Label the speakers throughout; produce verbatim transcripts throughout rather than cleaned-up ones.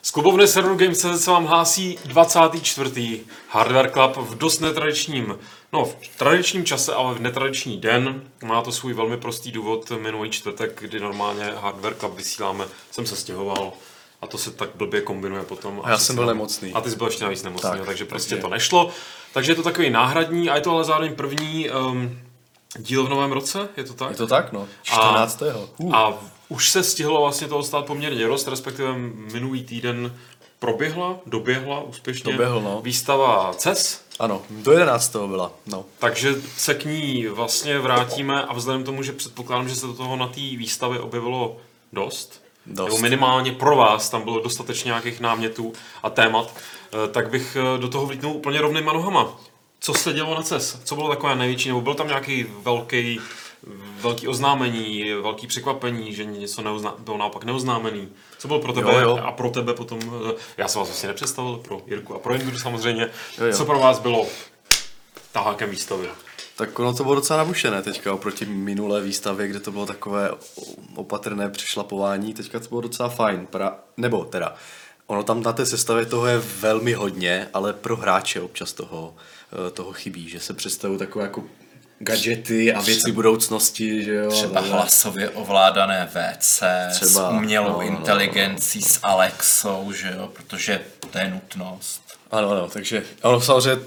Speaker 1: Z klubovny serveru Games tečka cé zet se vám hlásí dvacátý čtvrtý Hardware Club v dost netradičním, no v tradičním čase, ale v netradiční den. Má to svůj velmi prostý důvod. Minulý čtvrtek, kdy normálně Hardware Club vysíláme, jsem se stěhoval a to se tak blbě kombinuje potom.
Speaker 2: A já jsem byl nemocný.
Speaker 1: A ty jsi byl ještě navíc nemocný, tak, takže prostě
Speaker 2: takže...
Speaker 1: to nešlo. Takže je to takový náhradní a je to ale zároveň první um, díl v novém roce, je to tak?
Speaker 2: Je to tak, no. čtrnáctého
Speaker 1: A, a už se stihlo vlastně toho stát poměrně dost, respektive minulý týden proběhla, doběhla úspěšně
Speaker 2: Doběhl, no.
Speaker 1: výstava C E S.
Speaker 2: Ano, do jedenáctého byla, no.
Speaker 1: Takže se k ní vlastně vrátíme a vzhledem k tomu, že předpokládám, že se do toho na té výstavě objevilo dost,
Speaker 2: dost.
Speaker 1: nebo minimálně pro vás tam bylo dostatečně nějakých námětů a témat, tak bych do toho vlítnul úplně rovnýma nohama. Co se dělo na C E S? Co bylo takové největší? Nebo byl tam nějaký velký, velký oznámení, velký překvapení, že něco neuzna, bylo naopak neoznámený? Co bylo pro tebe
Speaker 2: jo, jo.
Speaker 1: a pro tebe potom? Já jsem vás vlastně nepředstavil, pro Jirku a pro Jindru samozřejmě.
Speaker 2: Jo, jo.
Speaker 1: Co pro vás bylo tahákem výstavy?
Speaker 2: Tak ono to bylo docela nabušené teďka oproti minulé výstavě, kde to bylo takové opatrné přešlapování. Teďka to bylo docela fajn. Pra... Nebo teda, ono tam na té sestavě toho je velmi hodně, ale pro hráče občas toho, toho chybí, že se představují takové jako gadgety a věci budoucnosti, že jo.
Speaker 3: Třeba hlasově ovládané V C,
Speaker 2: třeba,
Speaker 3: s umělou
Speaker 2: no,
Speaker 3: inteligencí, no, no. s Alexou, že jo, protože to je nutnost.
Speaker 2: Ano, ano, takže ono samozřejmě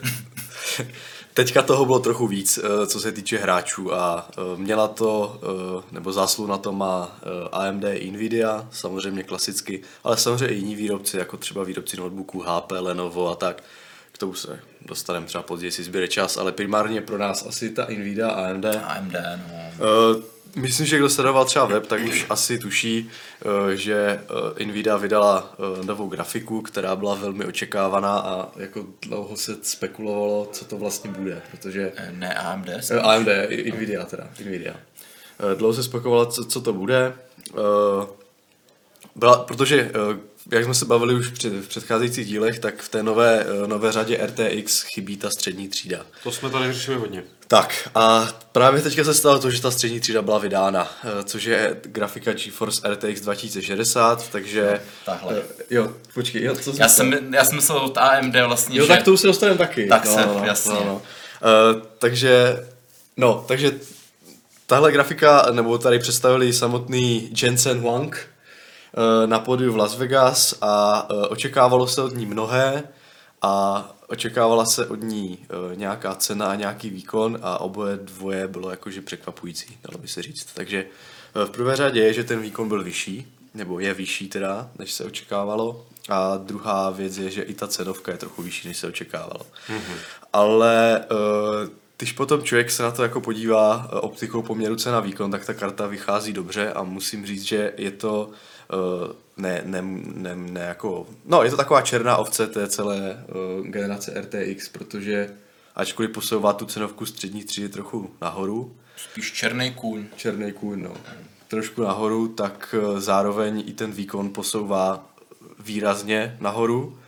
Speaker 2: teďka toho bylo trochu víc, co se týče hráčů a měla to, nebo zásluhu na to má A M D i Nvidia, samozřejmě klasicky, ale samozřejmě i jiní výrobci, jako třeba výrobci notebooků, H P, Lenovo a tak. K tomu se dostaneme třeba později, si zběre čas, ale primárně pro nás asi ta Nvidia a A M D.
Speaker 3: A M D, no.
Speaker 2: Uh, myslím, že kdo sledoval třeba web, tak už asi tuší, uh, že uh, Nvidia vydala uh, novou grafiku, která byla velmi očekávaná a jako dlouho se spekulovalo, co to vlastně bude, protože...
Speaker 3: Ne A M D?
Speaker 2: Uh, A M D, Nvidia teda, Nvidia. Uh, dlouho se spekulovalo, co, co to bude. Uh, byla, protože... Uh, Jak jsme se bavili už před, v předcházejících dílech, tak v té nové, nové řadě R T X chybí ta střední třída.
Speaker 1: To jsme tady řešili hodně.
Speaker 2: Tak a právě teďka se stalo to, že ta střední třída byla vydána, což je grafika GeForce R T X dva tisíce šedesát, takže...
Speaker 3: Tahle.
Speaker 2: Jo, počkej, jo, co
Speaker 3: já jsem, já jsem myslel od A M D vlastně,
Speaker 2: jo,
Speaker 3: že...
Speaker 2: tak to už se dostaneme taky.
Speaker 3: Tak
Speaker 2: no,
Speaker 3: se,
Speaker 2: no,
Speaker 3: jasně.
Speaker 2: No, no. Uh, takže, no, takže tahle grafika, nebo tady představili samotný Jensen Huang na pódiu v Las Vegas a očekávalo se od ní mnohé a očekávala se od ní nějaká cena a nějaký výkon a oboje dvoje bylo jakože překvapující, dalo by se říct. Takže v prvé řadě je, že ten výkon byl vyšší, nebo je vyšší teda, než se očekávalo, a druhá věc je, že i ta cenovka je trochu vyšší, než se očekávalo. Mm-hmm. Ale když potom člověk se na to jako podívá optikou poměru cena výkon, tak ta karta vychází dobře a musím říct, že je to Uh, ne, ne, ne, ne jako, no je to taková černá ovce té celé uh, generace R T X, protože ačkoliv posouvá tu cenovku střední třídy trochu nahoru.
Speaker 3: Spíš černý kůň.
Speaker 2: Černý kůň, no. Trošku nahoru, tak uh, zároveň i ten výkon posouvá výrazně nahoru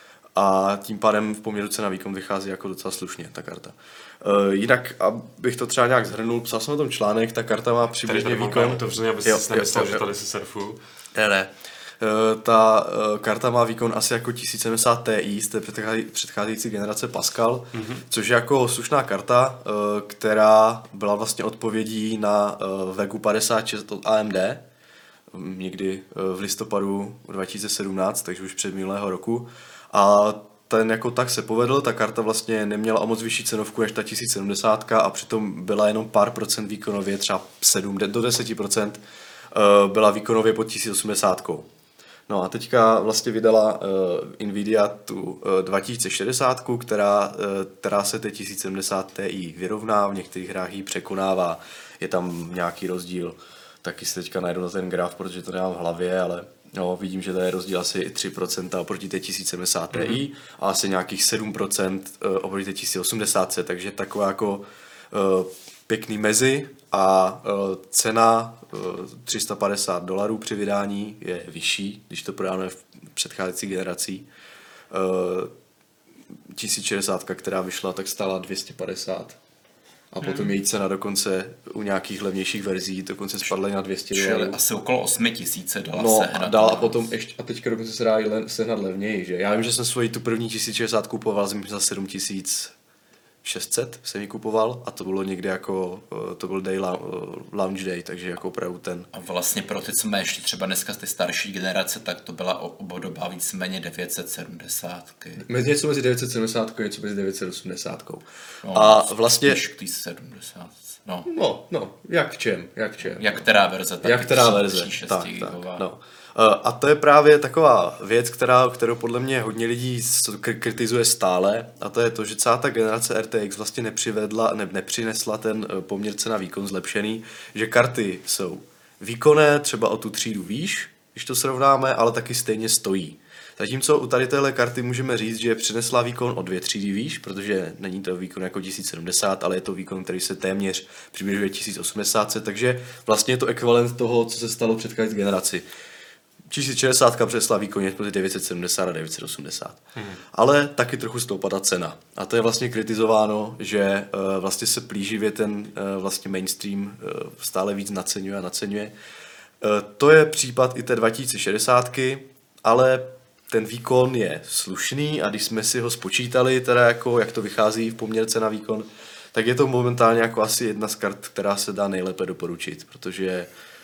Speaker 2: a tím pádem v poměru cena výkon vychází jako docela slušně ta karta. Uh, jinak, abych to třeba nějak zhrnul, psal jsem o tom článek, ta karta má přibližně výkon.
Speaker 1: To vzně, aby si nemyslel, že tady se surfuju.
Speaker 2: Ne, ne. Uh, ta uh, karta má výkon asi jako tisíc sedmdesát Ti z té předchází, předcházející generace Pascal, mm-hmm. což je jako slušná karta, uh, která byla vlastně odpovědí na uh, Vegu padesát šest od A M D, um, někdy uh, v listopadu dva tisíce sedmnáct, takže už před minulého roku. A ten jako tak se povedl, ta karta vlastně neměla o moc vyšší cenovku než ta tisíc sedmdesát a přitom byla jenom pár procent výkonově, třeba sedm do deset procent byla výkonově pod tisíc osmdesát. No a teďka vlastně vydala uh, Nvidia tu uh, dva tisíce šedesát, která, uh, která se té tisíc sedmdesát Ti vyrovná, v některých hrách ji překonává, je tam nějaký rozdíl, taky si teďka najdu na ten graf, protože to nemám v hlavě, ale no, vidím, že to je rozdíl asi tři procenta oproti té tisíc sedmdesát Ti mm-hmm. a asi nějakých sedm procent uh, oproti té tisíc osmdesát, takže taková jako uh, pěkný mezi a uh, cena uh, tři sta padesát dolarů při vydání je vyšší, když to prodáme v předcházející generací. Uh, tisíc šedesát, která vyšla, tak stála dvě stě padesát. A potom hmm. její cena dokonce u nějakých levnějších verzí dokonce spadla na dvě stě
Speaker 3: Čili
Speaker 2: dolarů.
Speaker 3: asi okolo osm tisíce dala
Speaker 2: No
Speaker 3: sehnat.
Speaker 2: a dál a potom ještě, a teďka dokonce se dá i le, sehnat levněji, že? Já vím, že jsem svoji tu první tisíc šedesát kupoval za sedm tisíc šest set jsem ji kupoval a to bylo někde jako, to byl day launch day, takže jako opravdu ten.
Speaker 3: A vlastně pro ty, co má ještě třeba dneska z té starší generace, tak to byla obdoba víceméně devět set sedmdesát.
Speaker 2: Mezi něco mezi devět set sedmdesát a něco mezi devět set osmdesát.
Speaker 3: No,
Speaker 2: a vlastně...
Speaker 3: Spíš k té sedmdesát. No.
Speaker 2: no, no, jak v čem, jak v čem.
Speaker 3: Jak která verze, tak
Speaker 2: jak která verze, tak, tak, no. A to je právě taková věc, která, kterou podle mě hodně lidí kritizuje stále, a to je to, že celá ta generace R T X vlastně nepřivedla, ne, nepřinesla ten poměr cena výkon zlepšený, že karty jsou výkonné třeba o tu třídu výš, když to srovnáme, ale taky stejně stojí. Zatímco u tady téhle karty můžeme říct, že přinesla výkon o dvě třídy výš, protože není to výkon jako tisíc sedmdesát, ale je to výkon, který se téměř přibližuje tisíc osmdesát, takže vlastně je to ekvivalent toho, co se stalo v předcházející generaci. tisíc šedesát přinesla výkon mezi devět set sedmdesát a devět set osmdesát. Hmm. Ale taky trochu stoupá ta cena. A to je vlastně kritizováno, že uh, vlastně se plíživě ten uh, vlastně mainstream uh, stále víc naceňuje a naceňuje. Uh, to je případ i té dva tisíce šedesát, ale ten výkon je slušný a když jsme si ho spočítali, teda jako jak to vychází v poměrce na výkon, tak je to momentálně jako asi jedna z kart, která se dá nejlépe doporučit, protože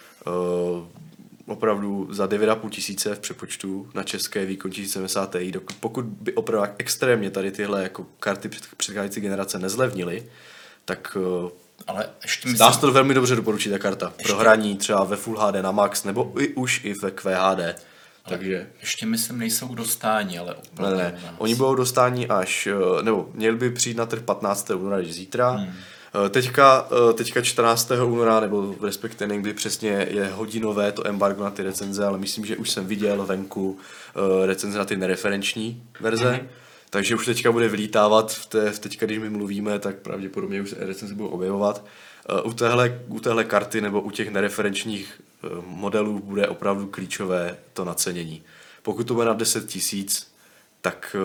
Speaker 2: uh, opravdu za devět a půl tisíce v přepočtu na české výkon tisíc sedmdesát Ti, pokud by opravdu extrémně tady tyhle jako karty předcházející generace nezlevnily, tak uh,
Speaker 3: ale ještě
Speaker 2: dá se to velmi dobře doporučit ta karta. Ještě... Pro hraní třeba ve Full H D na max, nebo i už i ve Q H D. Takže...
Speaker 3: Ještě myslím, nejsou k dostání, ale úplně
Speaker 2: ne, ne. Oni budou dostání až, nebo měli by přijít na trh patnáctého února, když zítra. Hmm. Teďka, teďka čtrnáctého února, nebo respektive někdy přesně je hodinové to embargo na ty recenze, ale myslím, že už jsem viděl venku recenze na ty nereferenční verze. Hmm. Takže už teďka bude vylítávat, v té, v teďka když my mluvíme, tak pravděpodobně už recenze budou objevovat. U téhle, u téhle karty nebo u těch nereferenčních modelů bude opravdu klíčové to nacenění. Pokud to bude na deset tisíc, tak,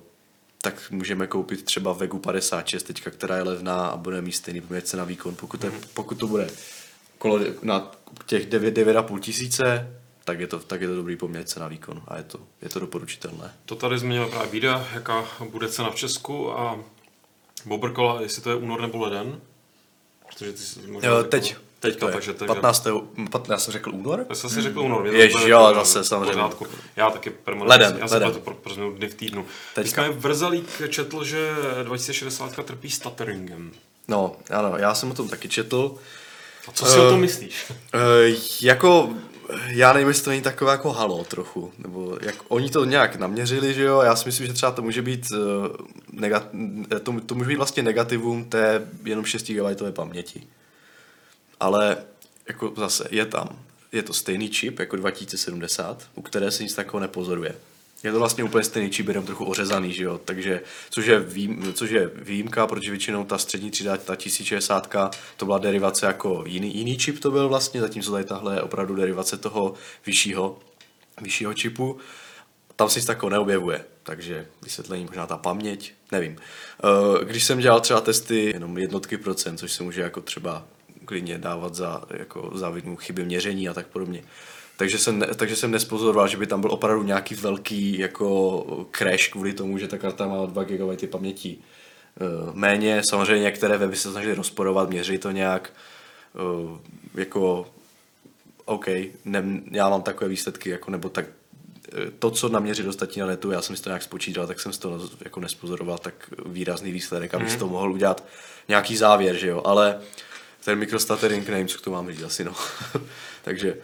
Speaker 2: tak můžeme koupit třeba Vegu padesát šest, teďka, která je levná a bude mít stejný poměr cena výkon. Pokud, je, pokud to bude kolo na těch devět a půl tisíce, tak je to, tak je to dobrý poměr cena výkon a je to, je to doporučitelné.
Speaker 1: To tady změnila právě Vída, jaká bude cena v Česku a Bobrkola, jestli to je únor nebo leden. Protože ty
Speaker 2: jo, teď.
Speaker 1: Teďka, takže
Speaker 2: to je patnáctého Já jsem řekl únor?
Speaker 1: Já jsem si řekl únor.
Speaker 2: Jež, jo, zase samozřejmě.
Speaker 1: Já taky permanentně.
Speaker 2: Leden,
Speaker 1: já jsem to pro, pro změnu dny v týdnu. Teďka jsme v Vrzalík četl, že dva tisíce šedesát trpí stutteringem.
Speaker 2: No, ano, já jsem o tom taky četl.
Speaker 1: A co si uh, o tom myslíš?
Speaker 2: Uh, jako, já nevím, jestli to není takové jako halo trochu, nebo jak oni to nějak naměřili, že jo, já si myslím, že třeba to může být uh, negat, to, to může být vlastně negativum té jenom šest gigabajtové paměti. Ale jako zase je tam, je to stejný čip jako dva tisíce sedmdesát, u které se nic takového nepozoruje. Je to vlastně úplně stejný čip, jenom trochu ořezaný, že jo, takže, což je, výjim, což je výjimka, protože většinou ta střední třída, ta tisíc šedesát, to byla derivace jako jiný, jiný čip to byl vlastně, zatímco tady tahle je opravdu derivace toho vyššího, vyššího čipu. Tam se nic takového neobjevuje, takže vysvětlení možná ta paměť, nevím. Když jsem dělal třeba testy jenom jednotky procent, což se může jako třeba klidně dávat za, jako, za vinu chyby měření a tak podobně. Takže jsem, ne, takže jsem nespozoroval, že by tam byl opravdu nějaký velký jako crash kvůli tomu, že ta karta má dva gigabajty paměti uh, méně. Samozřejmě některé weby se snažili rozporovat, měřili to nějak uh, jako OK, ne, já mám takové výsledky, jako, nebo tak to, co naměřili ostatní na netu, já jsem si to nějak spočítal, tak jsem si to jako nespozoroval tak výrazný výsledek, abych mm. si to mohl udělat nějaký závěr, že jo, ale ten mikrostuttering, nevím, co k tomu mám říct asi, no. Takže...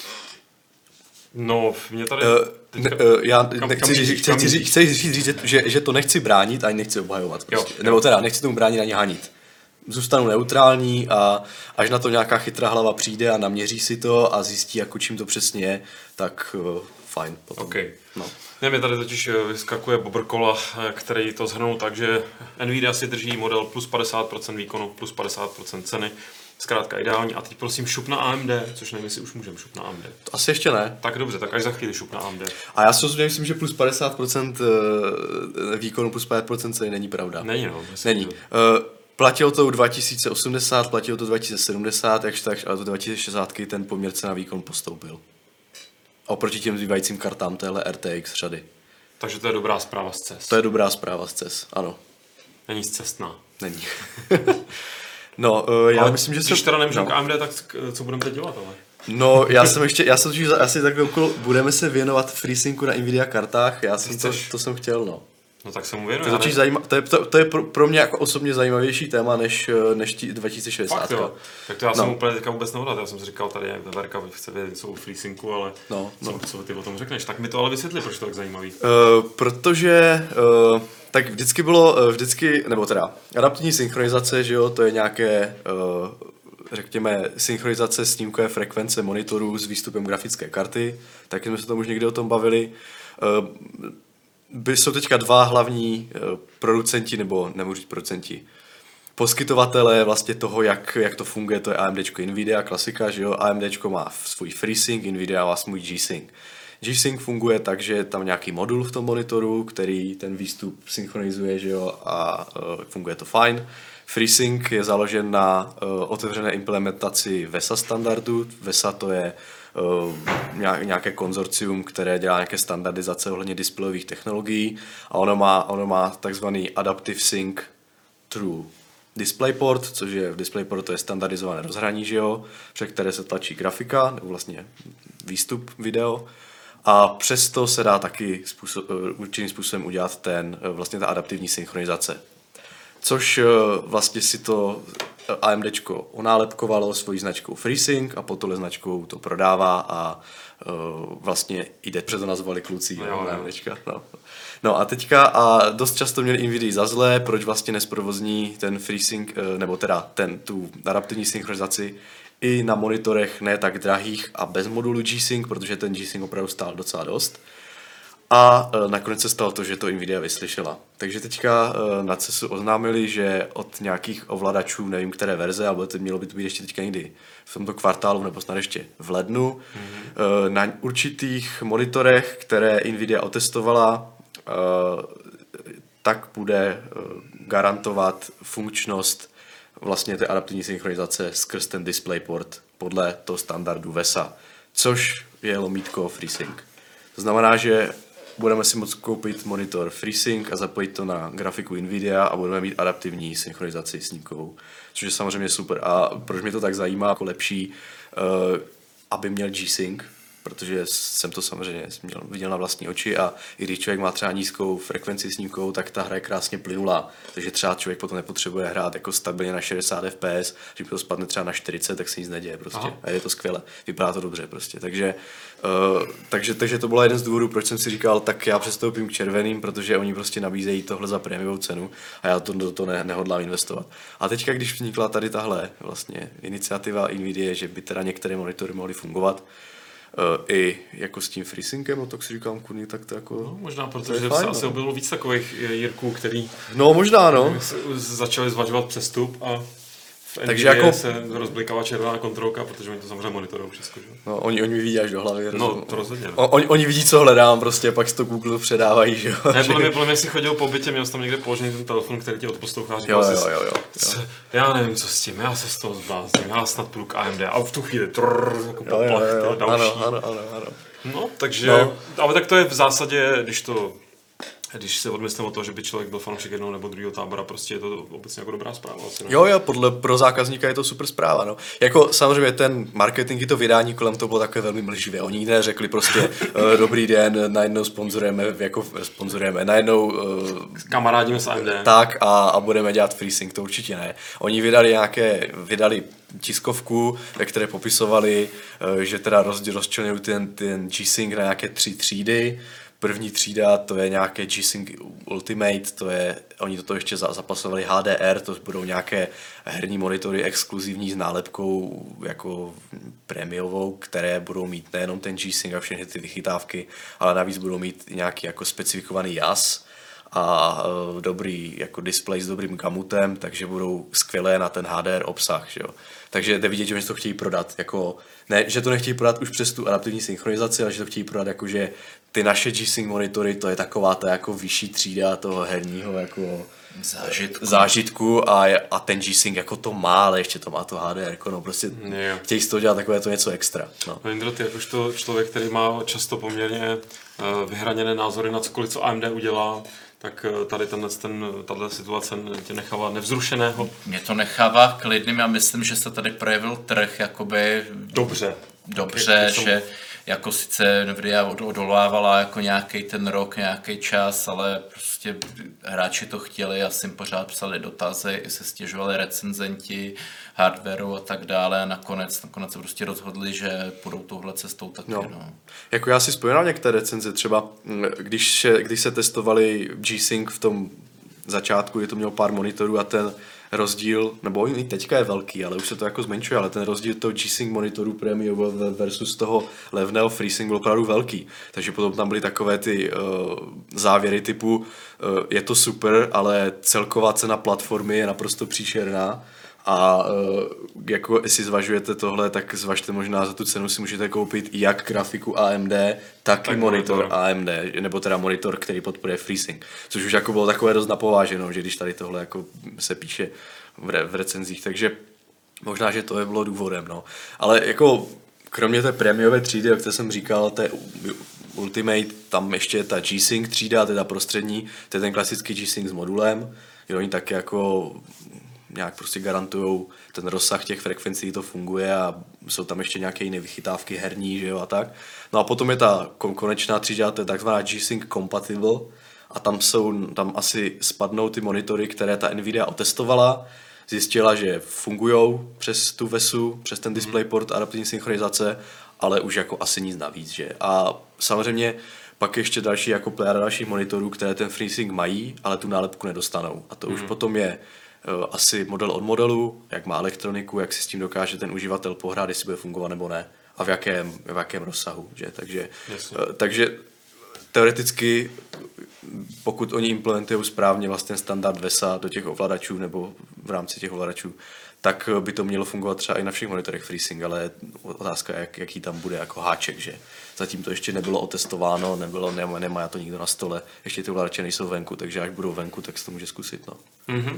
Speaker 1: No, mě tady...
Speaker 2: Uh, ne, uh, já kam, nechci, kam říct, chci, říct, chci říct, říct že, že to nechci bránit, ani nechci obhajovat. Prostě. Jo, nebo jo. teda, nechci tomu bránit ani hanit. Zůstanu neutrální a až na to nějaká chytrá hlava přijde a naměří si to a zjistí, jako čím to přesně je, tak uh, fajn. Potom.
Speaker 1: Okay.
Speaker 2: No.
Speaker 1: Ne, mě tady totiž vyskakuje Bobrkola, který to shrnul tak, že Nvidia si drží model plus padesát procent výkonu, plus padesát procent ceny. Zkrátka ideální. A teď prosím šup na A M D, což nevím, jestli už můžeme šup na A M D.
Speaker 2: To asi ještě ne.
Speaker 1: Tak dobře, tak až za chvíli šup na A M D.
Speaker 2: A já si osobně myslím, že plus padesát procent výkonu plus padesát procent ceny není pravda.
Speaker 1: Není, no.
Speaker 2: Není. Uh, platilo to u dva tisíce osmdesát, platilo to dva tisíce sedmdesát, jakž tak, ale to dva tisíce šedesát ten poměr cena výkon postoupil. Oproti těm zbývajícím kartám téhle R T X řady.
Speaker 1: Takže to je dobrá zpráva z C E S.
Speaker 2: To je dobrá zpráva z C E S, ano.
Speaker 1: Není zcestná.
Speaker 2: Není. No, uh, já
Speaker 1: ale
Speaker 2: myslím, že
Speaker 1: když
Speaker 2: jsem...
Speaker 1: teda nemůžeme
Speaker 2: no.
Speaker 1: k A M D, tak k- co budeme teď dělat, ale?
Speaker 2: No, já jsem ještě, já jsem totiž asi takhle okolo, budeme se věnovat FreeSyncu na Nvidia kartách, já jsem to, to jsem chtěl, no.
Speaker 1: No tak se mu
Speaker 2: To
Speaker 1: věnuji.
Speaker 2: je, totiž zajíma, to je, to, to je pro, pro mě jako osobně zajímavější téma než, než tí, dva tisíce šedesát.
Speaker 1: Fakt jo. Tak to já jsem
Speaker 2: No.
Speaker 1: úplně teďka vůbec nehodlal, já jsem si říkal, tady je Verka, chce vědět něco o FreeSyncu, ale
Speaker 2: No,
Speaker 1: co,
Speaker 2: no.
Speaker 1: co ty o tom řekneš? Tak mi to ale vysvětli, proč to tak zajímavý.
Speaker 2: Uh, protože uh, tak vždycky bylo, uh, vždycky, nebo teda adaptivní synchronizace, že jo, to je nějaké, uh, řekněme, synchronizace snímkové frekvence monitorů s výstupem grafické karty, taky jsme se tam už někdy o tom bavili. Uh, by, jsou teďka dva hlavní uh, producenti, nebo nemůžu říct producenti, poskytovatelé vlastně toho, jak, jak to funguje, to je AMDčko Nvidia, klasika, že jo, AMDčko má svůj FreeSync, Nvidia má svůj G-Sync. G-Sync funguje tak, že je tam nějaký modul v tom monitoru, který ten výstup synchronizuje, že jo, a uh, funguje to fajn. FreeSync je založen na uh, otevřené implementaci V E S A standardu. V E S A to je uh, nějaké konzorcium, které dělá nějaké standardizace ohledně displejových technologií a ono má, ono má takzvaný Adaptive Sync Through DisplayPort, což je v DisplayPort to je standardizované rozhraní, že jo, přes které se tlačí grafika, nebo vlastně výstup video. A přesto se dá taky způsob, určitým způsobem udělat ten, vlastně ta adaptivní synchronizace. Což vlastně si to AMDčko onálepkovalo svojí značkou FreeSync a pod tohle značkou to prodává a uh, vlastně jde, protože to nazvali kluci
Speaker 1: no, jo,
Speaker 2: AMDčka. No. no a teďka a dost často měli Nvidia za zlé, proč vlastně nesprovozní ten FreeSync, nebo teda ten, tu adaptivní synchronizaci i na monitorech ne tak drahých a bez modulu G-Sync, protože ten G-Sync opravdu stál docela dost. A e, nakonec se stalo to, že to Nvidia vyslyšela. Takže teďka e, na C E S u oznámili, že od nějakých ovladačů, nevím které verze, ale to mělo by to být ještě teďka někdy v tomto kvartálu, nebo snad ještě v lednu, mm-hmm. e, na určitých monitorech, které Nvidia otestovala, e, tak bude e, garantovat funkčnost vlastně té adaptivní synchronizace skrz ten DisplayPort podle toho standardu V E S A, což je lomítko FreeSync. To znamená, že budeme si moct koupit monitor FreeSync a zapojit to na grafiku Nvidia a budeme mít adaptivní synchronizaci snímkovou, což je samozřejmě super. A proč mě to tak zajímá, jako lepší, uh, aby měl G-Sync, protože jsem to samozřejmě měl, viděl na vlastní oči a i když člověk má třeba nízkou frekvenci snímkovou, tak ta hra je krásně plynulá. Takže třeba člověk potom nepotřebuje hrát jako stabilně na šedesát F P S, když to spadne třeba na čtyřicet, tak se nic neděje prostě. Aha. A je to skvěle, vypadá to dobře prostě. Takže, uh, takže, takže to byl jeden z důvodů, proč jsem si říkal, tak já přestoupím k červeným, protože oni prostě nabízejí tohle za prémiovou cenu a já to, do toho ne, nehodlám investovat. A teďka, když vznikla tady tahle vlastně iniciativa Nvidia, že by teda některé monitory mohly fungovat, Uh, i jako s tím FreeSyncem, no tak si říkám, kurní, tak to jako...
Speaker 1: No, možná, protože se asi objevilo víc takových Jirků, který
Speaker 2: no, možná, no.
Speaker 1: začali zvažovat přestup a v
Speaker 2: takže
Speaker 1: Nvidia
Speaker 2: jako...
Speaker 1: se rozblikává červená kontrolka, protože oni to samozřejmě monitorují všechno.
Speaker 2: No, oni, oni mi vidí až do hlavy.
Speaker 1: No,
Speaker 2: rozum.
Speaker 1: to rozhodně. No.
Speaker 2: Oni, oni vidí, co hledám, prostě, pak si to Google předávají, že jo.
Speaker 1: Ne, podle mě, podle mě si chodil po bytě, měl jsi tam někde položený ten telefon, který tě odposlouchá, říkal
Speaker 2: jo,
Speaker 1: jsi,
Speaker 2: jo, jo, jo.
Speaker 1: Co, já nevím, co s tím, já se z toho zblázním, já snad půjdu k A M D a v tu chvíli trrr, jako poplach, další.
Speaker 2: Ano, ano, ano, ano.
Speaker 1: No, takže,
Speaker 2: no.
Speaker 1: ale tak to je v zásadě, když to, když se odmyslím od toho, že by člověk byl fanoušek jednoho nebo druhého tábora, prostě je to obecně jako dobrá zpráva. Asi,
Speaker 2: jo, jo, podle, pro zákazníka je to super zpráva, no. Jako samozřejmě ten marketing i to vydání kolem toho bylo takové velmi mlživé. Oni neřekli prostě uh, dobrý den, najednou sponzorujeme, jako sponzorujeme, najednou uh,
Speaker 1: kamarádíme s A M D.
Speaker 2: Tak a, a budeme dělat FreeSync, to určitě ne. Oni vydali nějaké, vydali tiskovku, ve které popisovali, uh, že teda roz, rozčlenují ten, ten G-Sync na nějaké tři třídy. První třída, to je nějaké G-Sync Ultimate, to je, oni do toho ještě zapasovali H D R, to budou nějaké herní monitory exkluzivní s nálepkou jako prémiovou, které budou mít nejenom ten G-Sync a všechny ty vychytávky, ale navíc budou mít nějaký jako specifikovaný jas a uh, dobrý jako display s dobrým gamutem, takže budou skvělé na ten H D R obsah, že jo. Takže jde vidět, že oni to chtějí prodat, jako, ne, že to nechtějí prodat už přes tu adaptivní synchronizaci, ale že to chtějí prodat jako, že ty naše G-Sync monitory, to je taková ta jako vyšší třída toho herního jako
Speaker 3: zážitku,
Speaker 2: zážitku a, a ten G-Sync jako to má, ale ještě to má to H D R, no prostě
Speaker 1: Jo.
Speaker 2: chtějí z toho dělat takové to něco extra. No.
Speaker 1: No, Jindro, ty jakožto člověk, který má často poměrně uh, vyhraněné názory na cokoliv, co A M D udělá, tak uh, tady tenhle, ten, tato situace tě nechává nevzrušeného.
Speaker 3: Mě to nechává klidným, já myslím, že se tady projevil trh jakoby
Speaker 1: Dobře.
Speaker 3: dobře, že jako sice Nvidia od- odolávala jako nějaký ten rok, nějaký čas, ale prostě hráči to chtěli, já jsem pořád psali dotazy, se stěžovali recenzenti, hardwareu a tak dále a nakonec, nakonec se prostě rozhodli, že půjdou touhle cestou taky.
Speaker 2: No.
Speaker 3: No.
Speaker 2: Jako já si vzpomínám některé recenze, třeba mm, když, se- když se testovali G-Sync v tom začátku, kdy to mělo pár monitorů a ten rozdíl, nebo i teďka je velký, ale už se to jako zmenšuje, ale ten rozdíl toho G-Sync monitoru premium versus toho levného FreeSync byl opravdu velký. Takže potom tam byly takové ty uh, závěry typu uh, je to super, ale celková cena platformy je naprosto příšerná. A uh, jako jestli zvažujete tohle, tak zvažte možná za tu cenu si můžete koupit jak grafiku A M D, tak, tak i monitor
Speaker 1: monitor.
Speaker 2: A M D, nebo teda monitor, který podporuje FreeSync. Což už jako bylo takové dost napováženo, že když tady tohle jako se píše v, re, v recenzích, takže možná, že to je bylo důvodem, no. Ale jako kromě té prémiové třídy, jak jsem říkal, té Ultimate, tam ještě je ta G-Sync třída, teda prostřední, to je ten klasický G-Sync s modulem, že oni taky jako nějak prostě garantujou ten rozsah těch frekvencí, to funguje a jsou tam ještě nějaké jiné vychytávky herní, že jo, a tak. No a potom je ta konečná třída, to je takzvaná G-Sync Compatible a tam jsou, tam asi spadnou ty monitory, které ta Nvidia otestovala, zjistila, že fungujou přes tu vesu, přes ten DisplayPort adaptivní synchronizace, ale už jako asi nic navíc, že? A samozřejmě pak ještě další jako plejada dalších monitorů, které ten FreeSync mají, ale tu nálepku nedostanou. A to už potom je uh, asi model od modelu, jak má elektroniku, jak si s tím dokáže ten uživatel pohrát, jestli bude fungovat nebo ne a v jakém, v jakém rozsahu, že? Takže, uh, takže teoreticky, pokud oni implementují správně vlastně standard VESA do těch ovladačů nebo v rámci těch ovladačů, tak by to mělo fungovat třeba i na všech monitorech FreeSync, ale otázka je, jak, jaký tam bude jako háček, že zatím to ještě nebylo otestováno, nebylo, nemá, nemá to nikdo na stole, ještě ty ovladače nejsou venku, takže až budou venku, tak se to může zkusit. No.
Speaker 1: Mm-hmm.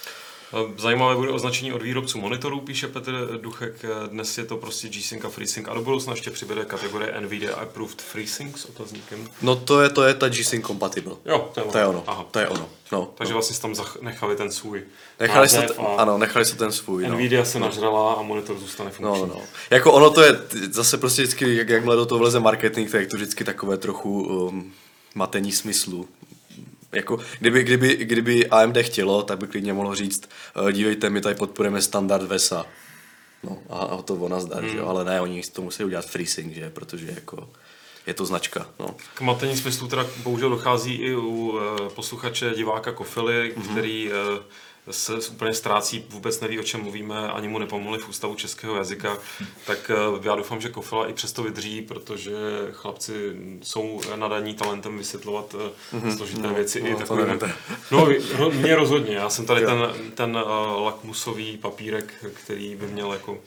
Speaker 1: Zajímavé bude označení od výrobců monitorů, píše Petr Duchek. Dnes je to prostě G-Sync a FreeSync a do budoucna ještě přibude kategorie Nvidia Approved FreeSync s otazníkem.
Speaker 2: No to je, to je ta G-Sync Compatible.
Speaker 1: Jo, to je ono.
Speaker 2: To je ono.
Speaker 1: Aha.
Speaker 2: To je ono. No,
Speaker 1: Takže
Speaker 2: no.
Speaker 1: vlastně si tam zach- nechali ten svůj
Speaker 2: Nechali se,
Speaker 1: název
Speaker 2: t-
Speaker 1: a
Speaker 2: ano, nechali se ten svůj.
Speaker 1: Nvidia
Speaker 2: no.
Speaker 1: se nažrala a monitor zůstane funkční.
Speaker 2: No, no, no. Jako ono to je t- zase prostě vždycky, jak, jakmile do toho vleze marketing, tak je to vždycky takové trochu um, matení smyslu. Jako, kdyby, kdyby, kdyby A M D chtělo, tak by klidně mohlo říct, uh, dívejte, my tady podporujeme standard VESA. No a, a to ona zdar, hmm. že jo, ale ne, oni to musí udělat FreeSync, že, protože jako je to značka, no.
Speaker 1: K matení smyslu teda bohužel dochází i u uh, posluchače, diváka Kofily, mm-hmm. který uh, se úplně ztrácí, vůbec neví, o čem mluvíme, ani mu nepomohli v Ústavu českého jazyka, tak uh, já doufám, že Kofila i přesto vydrží, protože chlapci jsou nadaní talentem vysvětlovat uh, mm-hmm. složité
Speaker 2: no,
Speaker 1: věci
Speaker 2: no,
Speaker 1: i takovým. No, ro, mě rozhodně, já jsem tady ten, ten uh, lakmusový papírek, který by měl jako uh,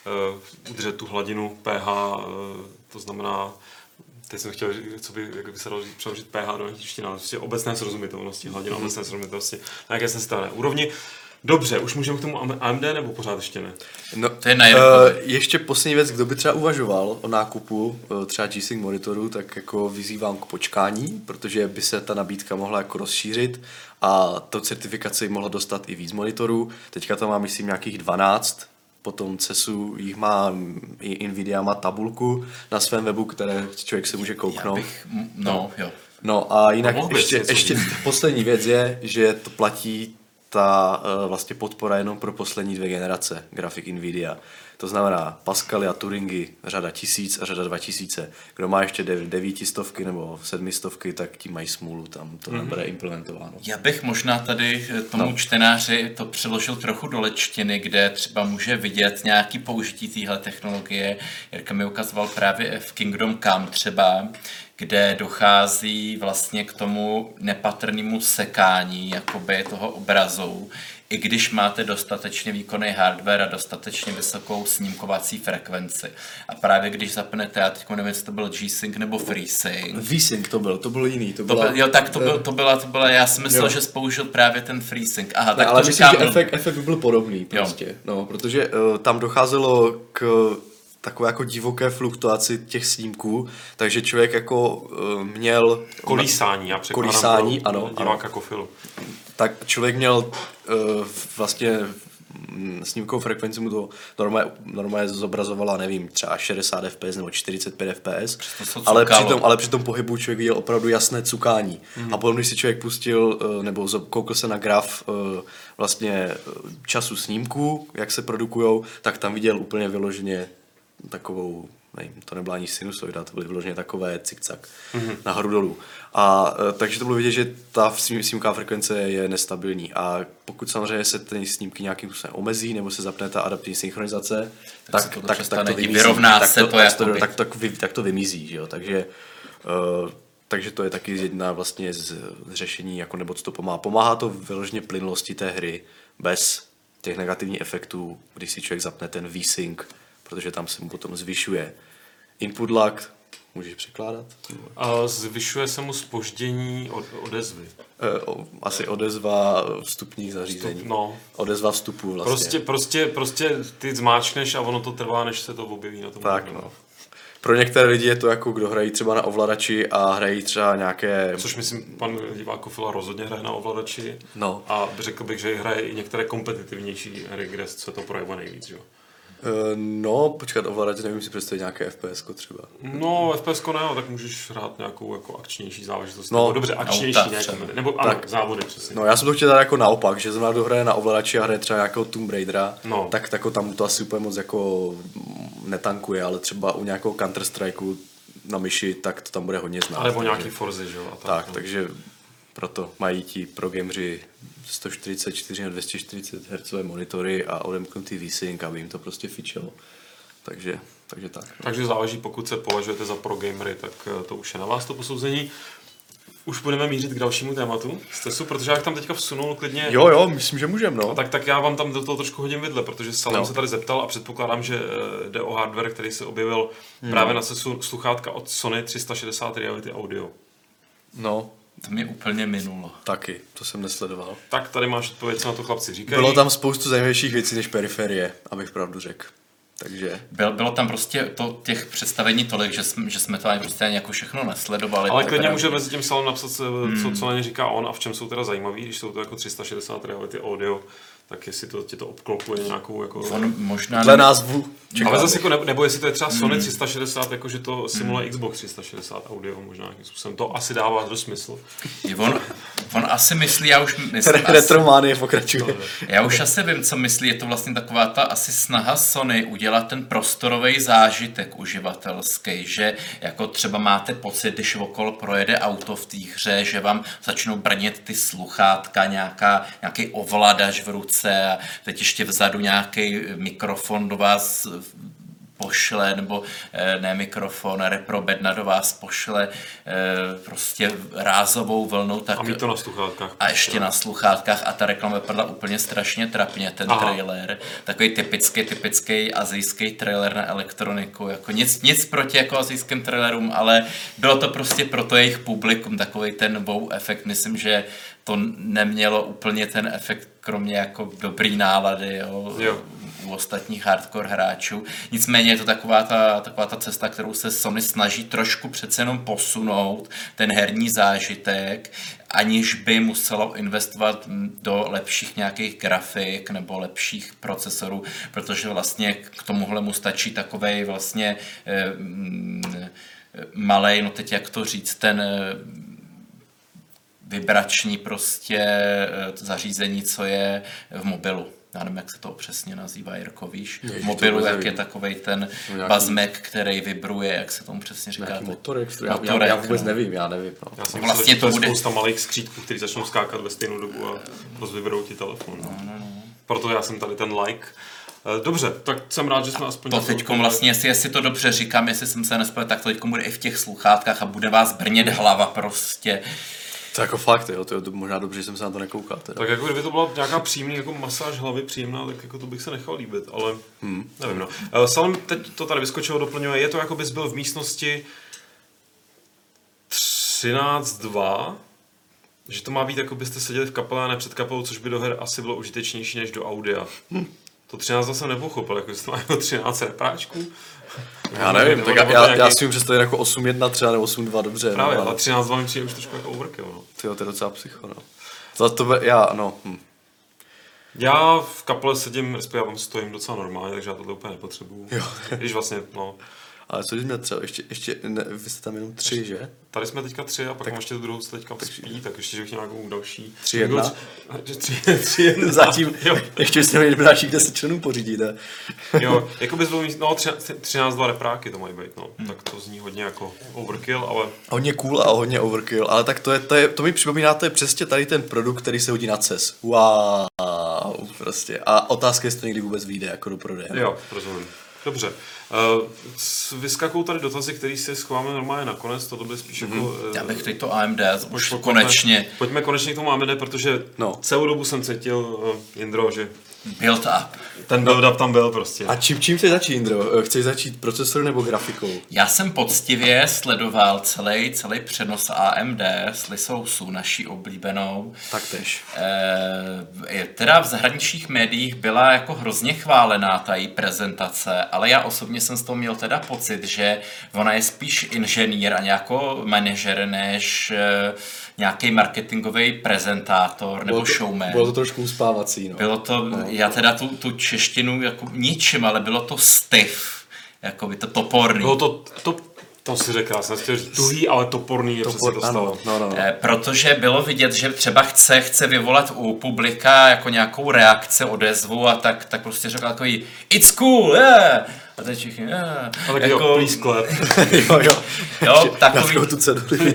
Speaker 1: udržet tu hladinu pH, uh, to znamená, teď jsem chtěl, co by, jak by se dalo přeložit pH do angličtina, prostě obecné srozumitelnosti, hladina mm-hmm. obecné srozumitelnosti, na jaké jsem stále úrovni. Dobře, už můžeme k tomu A M D nebo pořád ještě ne?
Speaker 2: No,
Speaker 3: to je na
Speaker 2: uh,
Speaker 3: Jirkovi.
Speaker 2: ještě poslední věc, kdo by třeba uvažoval o nákupu uh, třeba G-Sync monitoru, tak jako vyzývám k počkání, protože by se ta nabídka mohla jako rozšířit a to certifikaci mohla dostat i víc monitorů. Teďka tam má, myslím, nějakých dvanáct. Potom CESu jich má, i Nvidia má tabulku na svém webu, které člověk se může kouknout.
Speaker 3: Já bych, no, jo.
Speaker 2: No a jinak
Speaker 1: No,
Speaker 2: ještě,
Speaker 1: něco
Speaker 2: ještě poslední věc je, že to platí ta uh, vlastně podpora jenom pro poslední dvě generace grafik Nvidia. To znamená Pascaly a Turingy řada tisíc a řada dva tisíce. Kdo má ještě devítistovky nebo sedmistovky, tak ti mají smůlu, tam to nebude mm-hmm. implementováno.
Speaker 3: Já bych možná tady tomu no. čtenáři to přeložil trochu do lečtiny, kde třeba může vidět nějaký použití téhle technologie. Jirka mi ukazoval právě v Kingdom Come třeba, kde dochází vlastně k tomu nepatrnému sekání jakoby toho obrazu i když máte dostatečně výkonný hardware a dostatečně vysokou snímkovací frekvenci. A právě když zapnete, já teď nevím, jestli to byl G-Sync nebo FreeSync.
Speaker 2: V-Sync to byl, to byl jiný. To
Speaker 3: To
Speaker 2: byla,
Speaker 3: byl, jo, tak to, byl, to, byla, to byla, já si myslel,
Speaker 2: jo.
Speaker 3: že spoužil právě ten FreeSync. Aha,
Speaker 2: Ne,
Speaker 3: tak
Speaker 2: ale
Speaker 3: to
Speaker 2: myslím,
Speaker 3: říkám.
Speaker 2: že efekt, efekt byl podobný prostě, no, protože uh, tam docházelo k takové jako divoké fluktuaci těch snímků, takže člověk jako uh, měl...
Speaker 1: Kolísání, já překládám
Speaker 2: Kolísání,
Speaker 1: pro
Speaker 2: ano,
Speaker 1: diváka
Speaker 2: ano.
Speaker 1: Kofilu.
Speaker 2: Tak člověk měl uh, vlastně mm, snímkovou frekvenci mu to normálně, normálně zobrazovala, nevím, třeba šedesát F P S nebo čtyřicet pět F P S, ale při, tom, ale při tom pohybu člověk viděl opravdu jasné cukání. Mm. A potom, když si člověk pustil, uh, nebo koukl se na graf uh, vlastně uh, času snímků, jak se produkujou, tak tam viděl úplně vyloženě takovou, nevím, to nebyla ani sinusoida, to byly vyloženě takové cikcak mm-hmm. nahoru dolů. A e, takže to bylo vidět, že ta snímková frekvence je nestabilní a pokud samozřejmě se ty snímky nějakým způsobem omezí nebo se zapne ta adaptivní synchronizace, tak, tak, tak, tak to vymizí.
Speaker 3: Vyrovná
Speaker 2: tak
Speaker 3: se
Speaker 2: to,
Speaker 3: to,
Speaker 2: tak, to,
Speaker 3: jakoby.
Speaker 2: tak, tak, vy, tak to vymizí, že jo? Takže, e, takže to je taky jedna vlastně z, z řešení, jako nebo co to pomáhá. Pomáhá to vyloženě plynulosti té hry bez těch negativních efektů, když si člověk zapne ten V-Sync, protože tam se mu potom zvyšuje input lag, můžeš překládat?
Speaker 1: A zvyšuje se mu zpoždění od, odezvy.
Speaker 2: E, o, asi odezva vstupních zařízení.
Speaker 1: Vstup, no.
Speaker 2: Odezva vstupu vlastně.
Speaker 1: Prostě, prostě, prostě ty zmáčkneš a ono to trvá, než se to objeví na tom.
Speaker 2: Tak no. Pro některé lidi je to jako kdo hrají třeba na ovladači a hrají třeba nějaké...
Speaker 1: Což myslím, pan divák Kofila rozhodně hraje na ovladači.
Speaker 2: No.
Speaker 1: A řekl bych, že hraje i některé kompetitivnější hry, kde se to projevuje nejvíc, jo.
Speaker 2: No, počkat, ovladač, nevím si představit nějaké F P S ko třeba.
Speaker 1: No, F P S ko ne, tak můžeš hrát nějakou jako akčnější záležitost.
Speaker 2: No,
Speaker 1: nebo dobře, akčnější,
Speaker 3: auta
Speaker 1: ne,
Speaker 3: třeba.
Speaker 1: nebo ano,
Speaker 2: Tak.
Speaker 1: závody přesně.
Speaker 2: No, já jsem to chtěl dát jako naopak, že zrovna kdo hraje na ovladači a hraje třeba nějakého Tomb Raidera,
Speaker 1: No.
Speaker 2: tak tako tam to asi úplně moc jako netankuje, ale třeba u nějakého Counter Strikeu na myši, tak to tam bude hodně znát.
Speaker 1: Alebo
Speaker 2: takže-
Speaker 1: nějaký Forzy, že jo. a Tak,
Speaker 2: Tak,
Speaker 1: no.
Speaker 2: takže proto mají ti pro gameři sto čtyřicet čtyři na dvě stě čtyřicet hertzové monitory a odemknutý V-Sync, aby jim to prostě fičelo. Takže, takže tak. No.
Speaker 1: Takže záleží, pokud se považujete za pro gamery, tak eh, to už je na vás to posouzení. Už budeme mířit k dalšímu tématu z testu, protože jak tam teďka vsunul klidně,
Speaker 2: Jo, jo, myslím, že můžeme, no.
Speaker 1: tak, tak já vám tam do toho trošku hodím vidle, protože Salem
Speaker 2: No.
Speaker 1: se tady zeptal a předpokládám, že eh, jde o hardware, který se objevil hmm. právě na sesu sluchátka od Sony tři sta šedesát Reality Audio.
Speaker 2: No,
Speaker 3: To mě úplně minulo.
Speaker 2: taky, to jsem nesledoval.
Speaker 1: Tak tady máš odpověď, co na to chlapci říkají.
Speaker 2: Bylo tam spoustu zajímavějších věcí než periferie, abych pravdu řekl. Takže...
Speaker 3: Byl, bylo tam prostě to, těch představení tolik, že jsme, že jsme to ani prostě ani jako všechno nesledovali.
Speaker 1: Ale
Speaker 3: Tak
Speaker 1: klidně
Speaker 3: teda-
Speaker 1: může mezi tím Salem napsat, co, co na ně říká on a v čem jsou teda zajímavý, když jsou to jako tři sta šedesát Reality Audio, tak jestli to tě to obklopuje nějakou jako...
Speaker 3: On možná...
Speaker 2: Dle názvu.
Speaker 1: Ale zase jako, ne, nebo jestli to je třeba Sony tři sta šedesát, jako že to simuluje Xbox tři sta šedesát audio možná nějakým způsobem. To asi dává do smysl.
Speaker 3: On, on asi myslí, já už myslím... asi,
Speaker 2: Retrománie pokračuje.
Speaker 3: já už asi vím, co myslí, je to vlastně taková ta asi snaha Sony udělat ten prostorový zážitek uživatelský, že jako třeba máte pocit, když okolo projede auto v té hře, že vám začnou brnět ty sluchátka, nějaká, nějaký ovladač v ruce a teď ještě vzadu nějaký mikrofon do vás pošle, nebo ne mikrofon, reprobedna do vás pošle prostě rázovou vlnou. Tak,
Speaker 1: A mít to na sluchátkách.
Speaker 3: a ještě na sluchátkách a ta reklama vypadla úplně strašně trapně, ten
Speaker 1: Aha.
Speaker 3: trailer. Takový typický, typický asijský trailer na elektroniku. Jako nic, nic proti jako asijským trailerům, ale bylo to prostě pro to jejich publikum takový ten wow efekt. Myslím, že to nemělo úplně ten efekt, kromě jako dobrý nálady, jo.
Speaker 1: Jo.
Speaker 3: U ostatních hardcore hráčů. Nicméně je to taková ta, taková ta cesta, kterou se Sony snaží trošku přece jenom posunout, ten herní zážitek, aniž by muselo investovat do lepších nějakých grafik nebo lepších procesorů, protože vlastně k tomuhle mu stačí takovej vlastně eh, malej, no teď jak to říct, ten eh, vibrační prostě eh, zařízení, co je v mobilu. Já nevím, jak se to přesně nazývá, Jirko, víš?
Speaker 2: Ježiš,
Speaker 3: v mobilu,
Speaker 2: to
Speaker 3: jak
Speaker 2: nevím.
Speaker 3: je takovej ten
Speaker 2: No, nějaký-
Speaker 3: bazmek, který vibruje, jak se tomu přesně říká.
Speaker 2: Nějaký motorek, já, já,
Speaker 3: Motorek,
Speaker 2: já vůbec
Speaker 3: no.
Speaker 2: nevím, já nevím. No.
Speaker 1: Já jsem
Speaker 3: Vlastně
Speaker 1: vlastně
Speaker 3: to
Speaker 1: to je
Speaker 3: bude-
Speaker 1: spousta malých skřítků, které začnou skákat ve stejnou dobu a rozvyberou ti telefon. No.
Speaker 3: No, no.
Speaker 1: Proto já jsem tady ten like. Eh, Dobře, tak jsem rád, že jsme aspoň...
Speaker 3: To
Speaker 1: něco
Speaker 3: teď
Speaker 1: odpověděli.
Speaker 3: vlastně, jestli, jestli to dobře říkám, jestli jsem se nespěl, tak to teď bude i v těch sluchátkách a bude vás brnět hlava prostě.
Speaker 2: To jako fakt, jo, to je možná dobře, že jsem se na to nekoukal. Teda.
Speaker 1: Tak jako kdyby to byla nějaká příjemný jako masáž hlavy příjemná, tak jako to bych se nechal líbit, ale hmm. nevím no. Uh, Salim teď to tady vyskočilo, doplňuje, je to jako bys byl v místnosti třináct dva, že to má být jako byste seděli v kapele a ne před kapelou, což by do her asi bylo užitečnější než do audia. Hmm. To třináct zase nepochopil, jako jestli to má jako třináct repráčků.
Speaker 2: Já nevím, tak já, já, já si vím představit jako osm jedna třeba nebo osm dva, dobře.
Speaker 1: Právě,
Speaker 2: no,
Speaker 1: ale třináct dva mi přijde už trošku jako overkill, no.
Speaker 2: Tyjo, to je docela psycho, no. To, to by, já, no. Hm.
Speaker 1: Já v kapele sedím, respektive já tam stojím docela normálně, takže já tohle úplně nepotřebuju. Jo. Když vlastně, no.
Speaker 2: Ale co jsi měl třeba, ještě, ještě ne, vy jste tam jenom tři, ještě, že?
Speaker 1: Tady jsme teďka tři a pak tak, mám ještě tu druhou, co teďka spí, tak ještě, že bych nějakou další.
Speaker 2: Tři jedna?
Speaker 1: Tři, tři jedna.
Speaker 2: Zatím, jo. Ještě byste měli dalších deset členů pořídit, ne?
Speaker 1: Jo, jako bys byl, no třináct dva repráky to mají být, no. Hmm. Tak to zní hodně jako overkill, ale...
Speaker 2: Hodně cool a hodně overkill, ale tak to je, to je, to mi připomíná, to je přesně tady ten produkt, který se hodí na C E S. Wow, prostě. A otázka, jestli to někdy vůbec vyjde jako do prodeje.
Speaker 1: Jo, rozumím. Dobře. Uh, vyskakují tady dotazy, které si schováme normálně nakonec, to bude spíš mm-hmm. jako... Uh,
Speaker 3: Já bych teď to A M D už konečně...
Speaker 1: Pojďme konečně k tomu A M D, protože no. celou dobu jsem cítil, uh, Jindro, že...
Speaker 3: Build up.
Speaker 1: Ten build up tam byl prostě.
Speaker 2: A čím, čím chceš začít, Jindro? Chceš začít procesorem nebo grafikou?
Speaker 3: Já jsem poctivě sledoval celý, celý přenos A M D s Lisousu, naší oblíbenou.
Speaker 2: Taktéž.
Speaker 3: E, teda v zahraničních médiích byla jako hrozně chválená ta její prezentace, ale já osobně jsem z toho měl teda pocit, že ona je spíš inženýr a nějaký manažer než e, nějaký marketingový prezentátor nebo
Speaker 2: bylo to,
Speaker 3: showman.
Speaker 2: Bylo to trošku uspávací, no.
Speaker 3: Bylo to, no. Já teda tu, tu češtinu jako ničím, ale bylo to stiff, jako by to toporný.
Speaker 1: Bylo to, to, to si řekl, já jsem chtěl říct tuhý, ale toporný je Topor, přesně dostalo.
Speaker 2: No, no, no.
Speaker 3: E, protože bylo vidět, že třeba chce, chce vyvolat u publika jako nějakou reakci, odezvu a tak, tak prostě řekl takový it's cool, yeah! A teď všichni, yeah.
Speaker 1: A tak jako, jo, please clap.
Speaker 2: jo, jo.
Speaker 3: Jo, takový...
Speaker 2: tu ceduli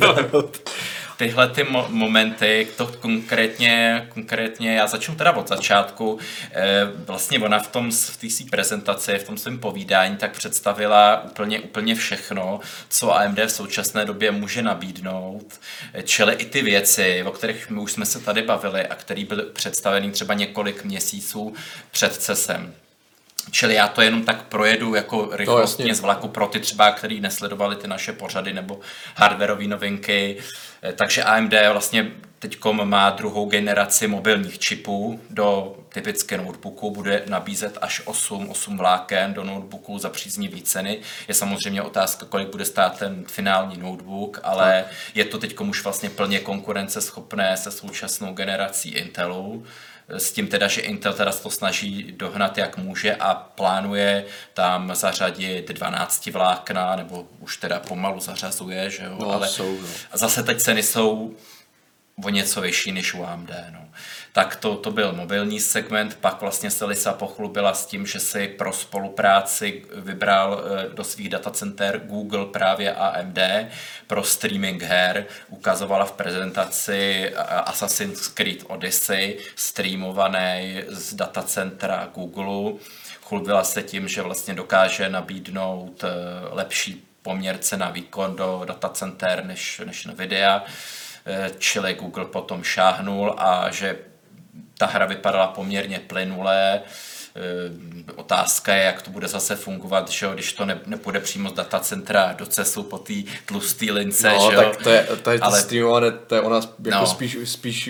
Speaker 3: Tyhle ty mo- momenty, to konkrétně, konkrétně, já začnu teda od začátku, e, vlastně ona v tom, v té své prezentaci, v tom svém povídání, tak představila úplně, úplně všechno, co A M D v současné době může nabídnout, čili i ty věci, o kterých my už jsme se tady bavili a které byly představeny třeba několik měsíců před CESem. Čili já to jenom tak projedu jako rychlostně no, z vlaku pro ty třeba, který nesledovali ty naše pořady nebo hardwareové novinky. Takže A M D vlastně teďkom má druhou generaci mobilních čipů do typické notebooku, bude nabízet až osm, osm vláken do notebooku za příznivý ceny. Je samozřejmě otázka, kolik bude stát ten finální notebook, ale je to teďkom už vlastně plně konkurenceschopné se současnou generací Intelu. S tím teda, že Intel teda to snaží dohnat jak může a plánuje tam zařadit dvanáct vlákna, nebo už teda pomalu zařazuje, že jo,
Speaker 2: no,
Speaker 3: ale
Speaker 2: jsou, no.
Speaker 3: Zase teď ceny jsou o něco vyšší než u A M D, no. Tak to, to byl mobilní segment, pak vlastně se Lisa pochlubila s tím, že si pro spolupráci vybral do svých datacenter Google právě A M D pro streaming her, ukazovala v prezentaci Assassin's Creed Odyssey, streamovaný z datacentra Google, chlubila se tím, že vlastně dokáže nabídnout lepší poměr cena výkon do datacenter než, než Nvidia, čili Google potom šáhnul a že ta hra vypadala poměrně plynulé. Otázka je, jak to bude zase fungovat, že když to ne, nepůjde přímo z datacentra do CESu po té tlusté lince.
Speaker 2: No,
Speaker 3: že
Speaker 2: tak to je, to je
Speaker 3: ale...
Speaker 2: streamované, to je ona jako
Speaker 3: no.
Speaker 2: spíš, spíš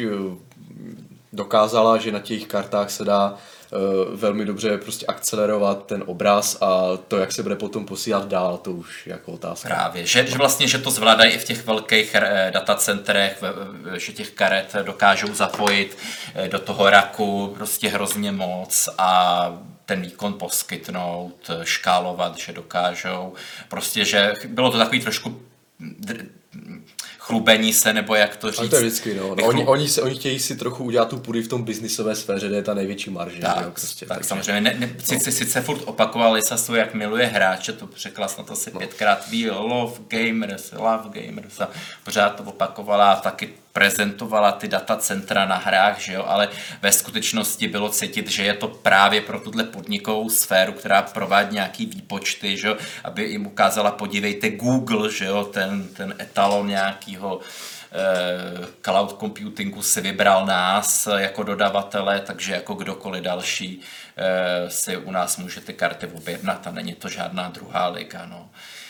Speaker 2: dokázala, že na těch kartách se dá uh, velmi dobře prostě akcelerovat ten obraz a to, jak se bude potom posílat dál, to už jako otázka.
Speaker 3: Právě, že, že vlastně, že to zvládají i v těch velkých eh, datacentrech, že těch karet dokážou zapojit eh, do toho raku prostě hrozně moc a ten výkon poskytnout, škálovat, že dokážou. Prostě, že bylo to takový trošku chlubení se, nebo jak to říct.
Speaker 2: Ale to je vždycky, no. no oni, oni, se, oni chtějí si trochu udělat tu půdy v tom biznisové sféře, kde je ta největší marže.
Speaker 3: Tak,
Speaker 2: jo, prostě,
Speaker 3: tak
Speaker 2: takže.
Speaker 3: samozřejmě. Ne, ne, sice, sice furt opakovali Lisasu, jak miluje hráče, to řekla snad asi no. pětkrát. We love gamers, love gamers. A pořád to opakovala a taky prezentovala ty datacentra na hrách, že jo, ale ve skutečnosti bylo cítit, že je to právě pro tuhle podnikovou sféru, která provádí nějaký výpočty, že jo, aby jim ukázala, podívejte Google, že jo, ten, ten etalon nějaký nějakého eh, cloud computingu si vybral nás jako dodavatele, takže jako kdokoliv další eh, si u nás může ty karty objednat a není to žádná druhá liga. No.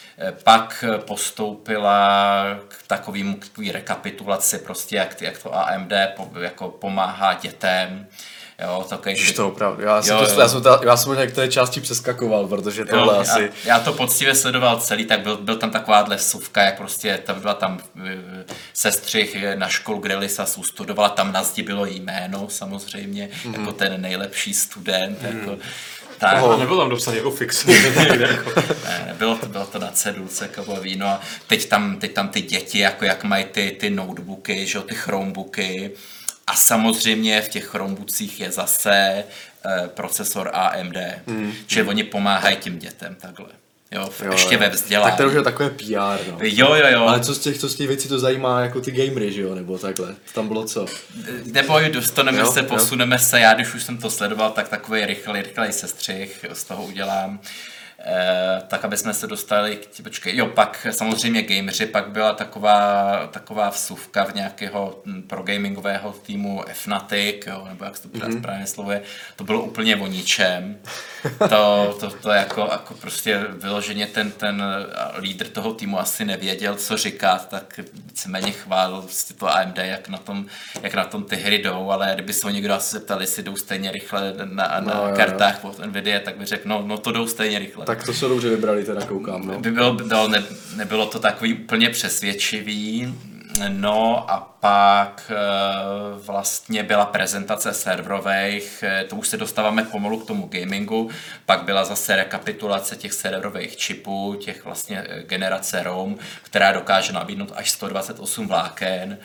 Speaker 3: Pak postoupila k takovým k rekapitulaci, prostě jak, jak to A M D po, jako pomáhá dětem. Jo, takový,
Speaker 2: Ježiš, to opravdu. Já jsem,
Speaker 3: jo,
Speaker 2: to,
Speaker 3: jo.
Speaker 2: já jsem, ta, já jsem některé části přeskakoval, protože tohle
Speaker 3: jo,
Speaker 2: asi...
Speaker 3: Já, já to poctivě sledoval celý, tak byl, byl tam takováhle vsuvka, jak prostě tam byla tam e, sestřih na školu, kde Lisa studovala, tam na zdi bylo jméno samozřejmě, mm. jako ten nejlepší student, mm. jako tak.
Speaker 1: Oh, nebyl tam dopsaný jako fix. jako.
Speaker 3: Ne, nebylo to, bylo to na cedulce kovový, no a teď tam, teď tam ty děti, jako jak mají ty, ty notebooky, že jo, ty Chromebooky, a samozřejmě v těch Chromebookích je zase e, procesor A M D, mm. čili oni pomáhají tím dětem takhle. Jo,
Speaker 2: jo,
Speaker 3: ještě
Speaker 2: jo.
Speaker 3: ve vzdělání.
Speaker 2: Tak to už je takové P R, no.
Speaker 3: Jo, jo, jo.
Speaker 2: Ale co z těch, co z těch věcí to zajímá jako ty gamery, že jo, nebo takhle, tam bylo co?
Speaker 3: Neboj, dostaneme
Speaker 2: jo,
Speaker 3: se,
Speaker 2: jo.
Speaker 3: posuneme se, já když už jsem to sledoval, tak takový rychlej, rychlej sestřih z toho udělám. Eh, tak aby jsme se dostali k počkej, jo, pak samozřejmě gameři, pak byla taková, taková vsuvka v nějakého pro gamingového týmu Fnatic, jo, nebo jak se to mm-hmm. správně slovuje, to bylo úplně o ničem. To, to, to jako, jako prostě vyloženě ten, ten lídr toho týmu asi nevěděl, co říkat, tak víceméně chválil prostě to A M D, jak na tom, jak na tom ty hry jdou, ale kdyby se ho někdo asi zeptal, jestli jdou stejně rychle na, na
Speaker 2: no,
Speaker 3: kartách jo, jo. od Nvidia, tak by řekl, no, no to jdou stejně rychle.
Speaker 2: Tak to se dobře vybrali, teda koukám, no.
Speaker 3: By bylo, bylo, ne, nebylo to takový úplně přesvědčivý, no a pak e, vlastně byla prezentace serverových, e, to už se dostáváme pomalu k tomu gamingu, pak byla zase rekapitulace těch serverových čipů, těch vlastně generace ROM, která dokáže nabídnout až sto dvacet osm vláken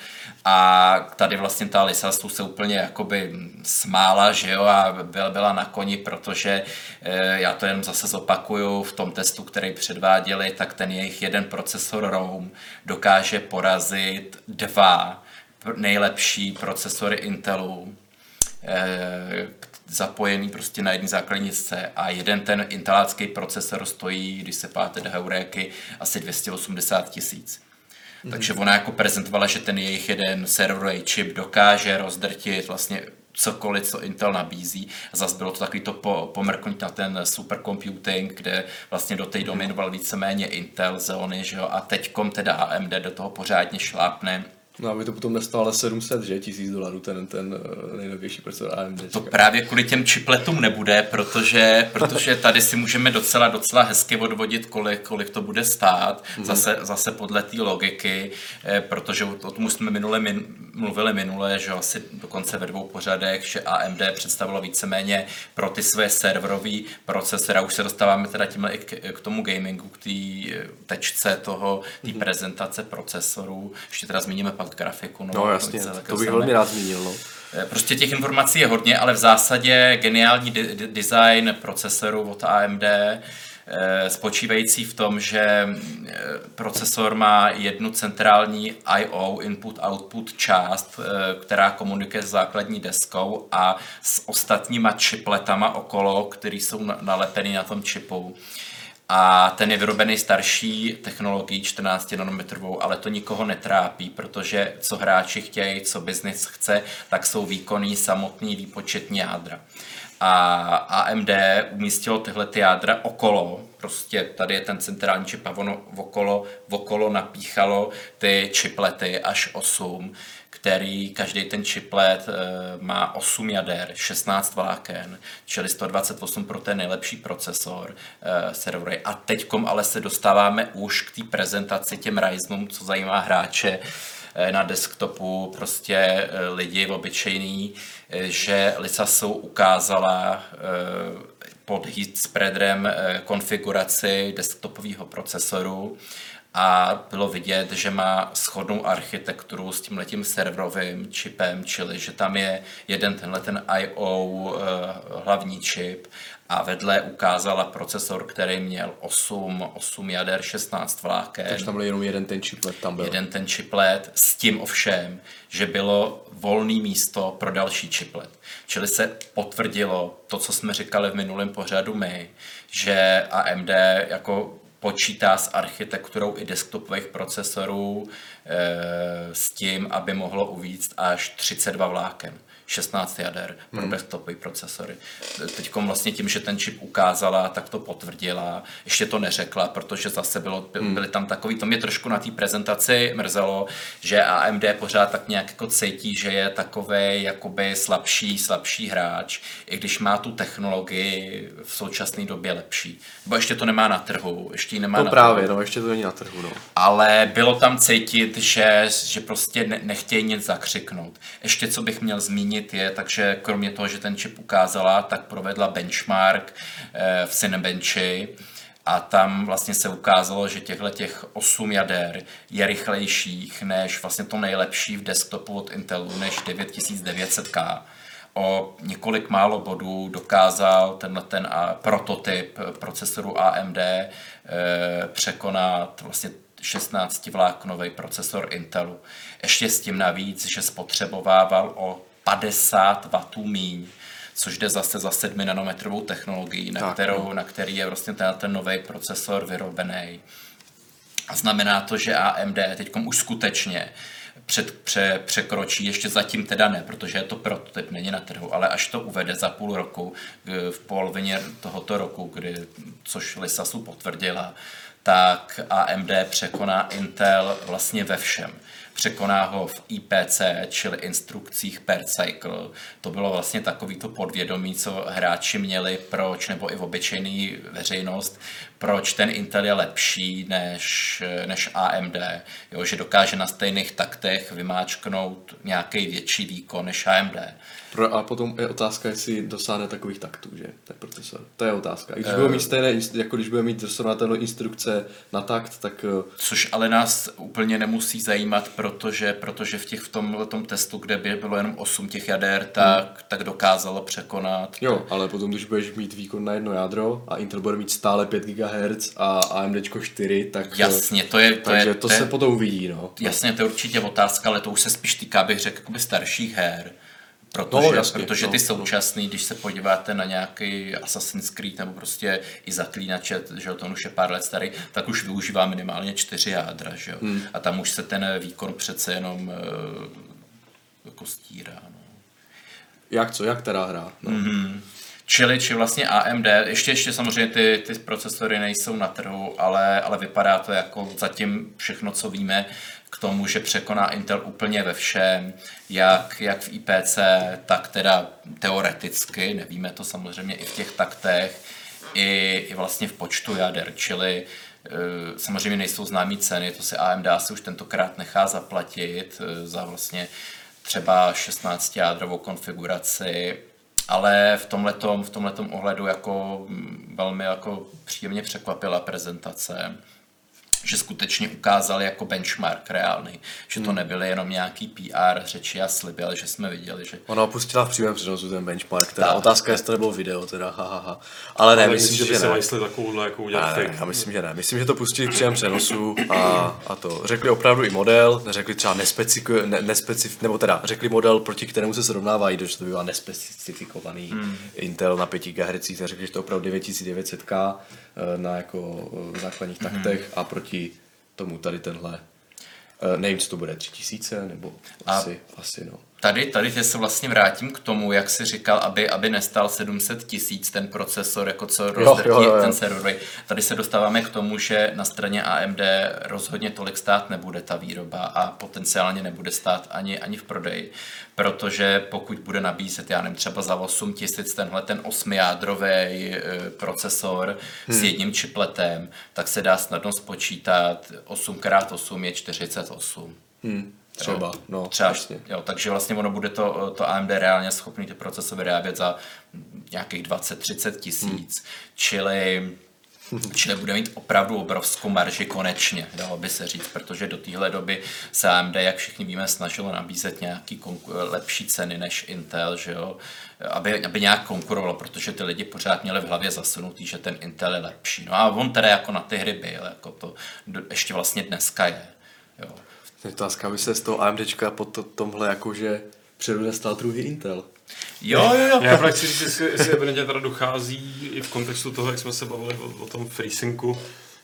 Speaker 3: a tady vlastně ta Lisa se úplně jakoby smála, že jo, a byla, byla na koni, protože e, já to jenom zase zopakuju, v tom testu, který předváděli, tak ten jejich jeden procesor ROM dokáže porazit dva nejlepší procesory Intelu, eh, zapojený prostě na jedné základní C a jeden ten intelácký procesor stojí, když se páte do heuréky, asi dvě stě osmdesát tisíc. Mm-hmm. Takže ona jako prezentovala, že ten jejich jeden serverový čip dokáže rozdrtit vlastně cokoliv, co Intel nabízí. A zase bylo to takový to po, pomrknutí na ten supercomputing, kde vlastně do té dominoval víceméně Intel, Xeony, že jo, a teďkom teda A M D do toho pořádně šlápne.
Speaker 2: No a mi to potom nestále sedm set, že? Tisíc dolarů ten, ten nejnovější procesor A M D.
Speaker 3: To právě kvůli těm chipletům nebude, protože, protože tady si můžeme docela, docela hezky odvodit, kolik, kolik to bude stát, mm-hmm. zase, zase podle té logiky, protože o tom jsme minule, min, mluvili minule, že asi dokonce ve dvou pořadech, že A M D představilo víceméně pro ty své serverové procesory, a už se dostáváme teda tímhle i k, k tomu gamingu, k té tečce toho, té mm-hmm. prezentace procesorů, ještě teda zmíníme pak grafiku. No,
Speaker 2: no jasně, to, to bych velmi rád zmínil. No.
Speaker 3: Prostě těch informací je hodně, ale v zásadě geniální di- di- design procesoru od A M D, eh, spočívající v tom, že eh, procesor má jednu centrální I O, input-output část, eh, která komunikuje s základní deskou a s ostatníma chipletama okolo, které jsou na- nalepeny na tom čipu. A ten je vyrobený starší technologií čtrnáct nanometrovou, ale to nikoho netrápí, protože co hráči chtějí, co biznis chce, tak jsou výkonný samotný výpočetní jádra. A A M D umístilo tyhle ty jádra okolo, prostě tady je ten centrální čip a ono okolo, okolo napíchalo ty chiplety až osm, který každý ten chiplet e, má osm jader, šestnáct vláken, čili sto dvacet osm pro ten nejlepší procesor e, servery. A teďkom ale se dostáváme už k té prezentaci těm Ryzenům, co zajímá hráče e, na desktopu, prostě e, lidi obyčejný, e, že Lisasu ukázala e, pod heat spreaderem e, konfiguraci desktopového procesoru, a bylo vidět, že má shodnou architekturu s tímhletím serverovým čipem, čili že tam je jeden tenhle ten I O uh, hlavní čip a vedle ukázala procesor, který měl osm, osm jader, šestnáct vláken.
Speaker 2: Takže tam byl jenom jeden ten chiplet, tam byl.
Speaker 3: Jeden ten chiplet, s tím ovšem, že bylo volné místo pro další chiplet. Čili se potvrdilo to, co jsme říkali v minulém pořadu my, že A M D jako počítá s architekturou i desktopových procesorů s tím, aby mohlo uvíct až třicet dva vláken. šestnáct jader pro hmm. desktopové procesory. Teď vlastně tím, že ten čip ukázala, tak to potvrdila. Ještě to neřekla, protože zase bylo, byly tam takový, to mě trošku na té prezentaci mrzelo, že A M D pořád tak nějak jako cítí, že je takovej jakoby slabší, slabší hráč, i když má tu technologii v současné době lepší. Nebo ještě to nemá na trhu, ještě ji nemá
Speaker 2: to
Speaker 3: na
Speaker 2: právě,
Speaker 3: trhu.
Speaker 2: no, ještě to není na trhu, no.
Speaker 3: Ale bylo tam cítit, že, že prostě ne, nechtějí nic zakřiknout. Ještě co bych měl zmínit je, takže kromě toho, že ten čip ukázala, tak provedla benchmark eh, v Cinebenchi a tam vlastně se ukázalo, že těchto těch osm jader je rychlejších než vlastně to nejlepší v desktopu od Intelu, než devět tisíc devět set K. O několik málo bodů dokázal tenhle ten a, prototyp procesoru A M D eh, překonat vlastně šestnáctivláknový procesor Intelu. Ještě s tím navíc, že spotřebovával o padesát wattů míň, což jde zase za sedmi nanometrovou technologií, na,
Speaker 2: tak,
Speaker 3: kterou,
Speaker 2: no.
Speaker 3: na který je vlastně ten, ten nový procesor vyrobený. A znamená to, že A M D teď už skutečně před, pře, překročí, ještě zatím teda ne, protože je to prototyp, není na trhu, ale až to uvede za půl roku, v polovině tohoto roku, kdy, což Lisasu potvrdila, tak A M D překoná Intel vlastně ve všem. Překoná ho v I P C, čili instrukcích per cycle. To bylo vlastně takovýto podvědomí, co hráči měli, proč, nebo i v obyčejný veřejnost, proč ten Intel je lepší než, než A M D. Jo, že dokáže na stejných taktech vymáčknout nějaký větší výkon než A M D.
Speaker 2: Pro, a potom je otázka, jestli dosáhne takových taktů, že? Ten procesor. To je otázka. I když bude mít stejné, jako když bude mít srovnatelné instrukce na takt, tak...
Speaker 3: Což ale nás úplně nemusí zajímat, protože, protože v, těch, v tom, tom testu, kde by bylo jenom osm těch jader, tak, hmm. tak dokázalo překonat.
Speaker 2: Jo, ale potom, když budeš mít výkon na jedno jádro a Intel bude mít stále pět gigahertzů a AMDčko čtyři, tak...
Speaker 3: Jasně, to je... To
Speaker 2: takže
Speaker 3: je,
Speaker 2: to,
Speaker 3: to
Speaker 2: se
Speaker 3: je,
Speaker 2: potom uvidí, no.
Speaker 3: Jasně, to je určitě otázka, ale to už se spíš týká, bych řekl, jakoby starších her. Protože,
Speaker 2: no, jasně,
Speaker 3: protože ty
Speaker 2: no,
Speaker 3: současný, když se podíváte na nějaký Assassin's Creed nebo prostě i Zaklínače, že to už je pár let starý, tak už využívá minimálně čtyři jádra, že jo. Hmm. A tam už se ten výkon přece jenom uh, jako stírá, no.
Speaker 2: Jak co, jak teda hra? No.
Speaker 3: Mm-hmm. Čili, či vlastně A M D, ještě, ještě samozřejmě ty, ty procesory nejsou na trhu, ale, ale vypadá to jako zatím všechno, co víme, k tomu, že překoná Intel úplně ve všem, jak, jak v I P C, tak teda teoreticky, nevíme to samozřejmě i v těch taktech, i, i vlastně v počtu jader, čili samozřejmě nejsou známý ceny, to si A M D asi už tentokrát nechá zaplatit za vlastně třeba šestnáctijádrovou konfiguraci, ale v tomhletom, v tomhletom ohledu jako velmi jako příjemně překvapila prezentace, že skutečně ukázali jako benchmark reálný, že to nebyly jenom nějaký P R, řeči a sliby, ale že jsme viděli, že...
Speaker 2: Ona opustila v přímém přenosu ten benchmark, teda
Speaker 3: tak.
Speaker 2: Otázka je, jestli to nebylo video, teda ha, ha, ha. Ale ne,
Speaker 1: ale
Speaker 2: myslím,
Speaker 1: myslím,
Speaker 2: že,
Speaker 1: že
Speaker 2: že
Speaker 1: by
Speaker 2: ne.
Speaker 1: se majstli takovouhle jako udělat
Speaker 2: Ne,
Speaker 1: fake.
Speaker 2: ne, já myslím, že ne. Myslím, že to pustili v přímém přenosu a, a to. Řekli opravdu i model, neřekli třeba nespecifik, ne, nespecif, nebo teda řekli model, proti kterému se srovnávají, protože to bývá nespecifikovaný hmm. Intel na pět gigahertzů, řekli, že to je opravdu devět tisíc devět set K na jako základních taktech hmm. a proti tomu tady tenhle, nevím, co to bude, tři tisíce, nebo asi, asi no.
Speaker 3: Tady, tady se vlastně vrátím k tomu, jak jsi říkal, aby, aby nestal sedm set tisíc ten procesor, jako co rozdrtí
Speaker 2: jo, jo, jo.
Speaker 3: ten server. Tady se dostáváme k tomu, že na straně A M D rozhodně tolik stát nebude ta výroba a potenciálně nebude stát ani, ani v prodeji. Protože pokud bude nabízet, já nevím, třeba za osm tisíc tenhle ten osmijádrový e, procesor hmm. s jedním čipletem, tak se dá snadno spočítat osm krát osm je čtyřicet osm.
Speaker 2: Hmm. Třeba, no,
Speaker 3: Třeba, jo, takže vlastně ono bude to, to A M D reálně schopný ty procesory vyrábět za nějakých dvacet třicet tisíc, hmm. čili, čili bude mít opravdu obrovskou marži konečně, dalo by se říct, protože do téhle doby se A M D, jak všichni víme, snažilo nabízet nějaký konkur- lepší ceny než Intel, že jo, aby, aby nějak konkurovalo, protože ty lidi pořád měli v hlavě zasunutý, že ten Intel je lepší. No a on teda jako na ty hry byl, jako to ještě vlastně dneska je, jo.
Speaker 2: Otázka, aby se z toho AMDčka po to, tomhle jakože předu nestal druhý Intel.
Speaker 3: Jo, jo, jo.
Speaker 1: Já právě chci říct, jestli, jestli evidentně teda dochází i v kontextu toho, jak jsme se bavili o, o tom FreeSyncu,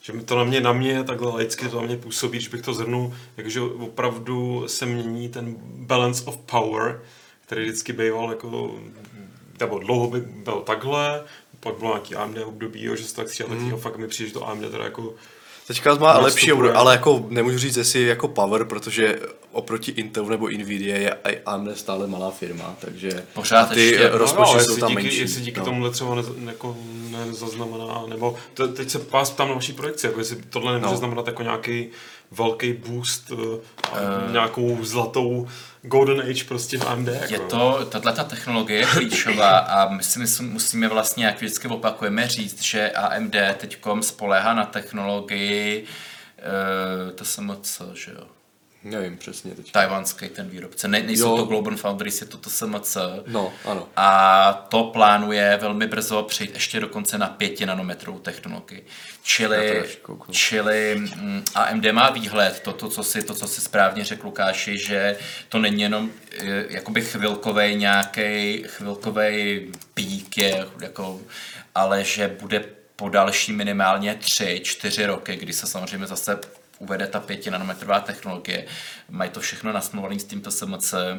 Speaker 1: že mi to na mě, na mě takhle laicky to na mě působí, když bych to zhrnul, takže opravdu se mění ten balance of power, který vždycky býval jako, nebo dlouho by byl takhle, pak bylo nějaký A M D období, jo, že se to tak střídal, mm. tak fakt mi přijde, že to A M D teda jako
Speaker 2: Teďka má lepší, ale jako nemůžu říct, jestli jako power, protože oproti Intelu nebo Nvidia je A M D stále malá firma, takže
Speaker 3: pořád
Speaker 2: ty
Speaker 3: ještě,
Speaker 2: rozpočty
Speaker 1: no,
Speaker 2: jsou tam
Speaker 1: díky,
Speaker 2: menší.
Speaker 1: Jestli díky
Speaker 2: no.
Speaker 1: tomuhle třeba ne, jako nezaznamená, nebo to, teď se vás ptám na vaší projekci, jako jestli tohle nemůže no. znamenat jako nějaký velký boost a uh, nějakou zlatou golden age prostě v A M D. Jako.
Speaker 3: Je to, tato technologie je klíčová a my si myslím, musíme vlastně, jak vždycky opakujeme, říct, že A M D teďkom spoléhá na technologii uh, to jsem co, že jo?
Speaker 2: Nevím přesně teď.
Speaker 3: Tajvanský ten výrobce. Ne, nejsou
Speaker 2: jo.
Speaker 3: to Global Foundries, je to T S M C.
Speaker 2: No, ano.
Speaker 3: A to plánuje velmi brzo přejít ještě dokonce na pěti nanometrovou technologii. Čili, čili mm, A M D má výhled, to, to, co si, to, co si správně řekl Lukáši, že to není jenom e, jakoby chvilkovej nějaký chvilkovej pík, je, jako, ale že bude po další minimálně tři, čtyři roky, kdy se samozřejmě zase uvede ta pěti nanometrová technologie, mají to všechno nasmluvané s tím T S M C,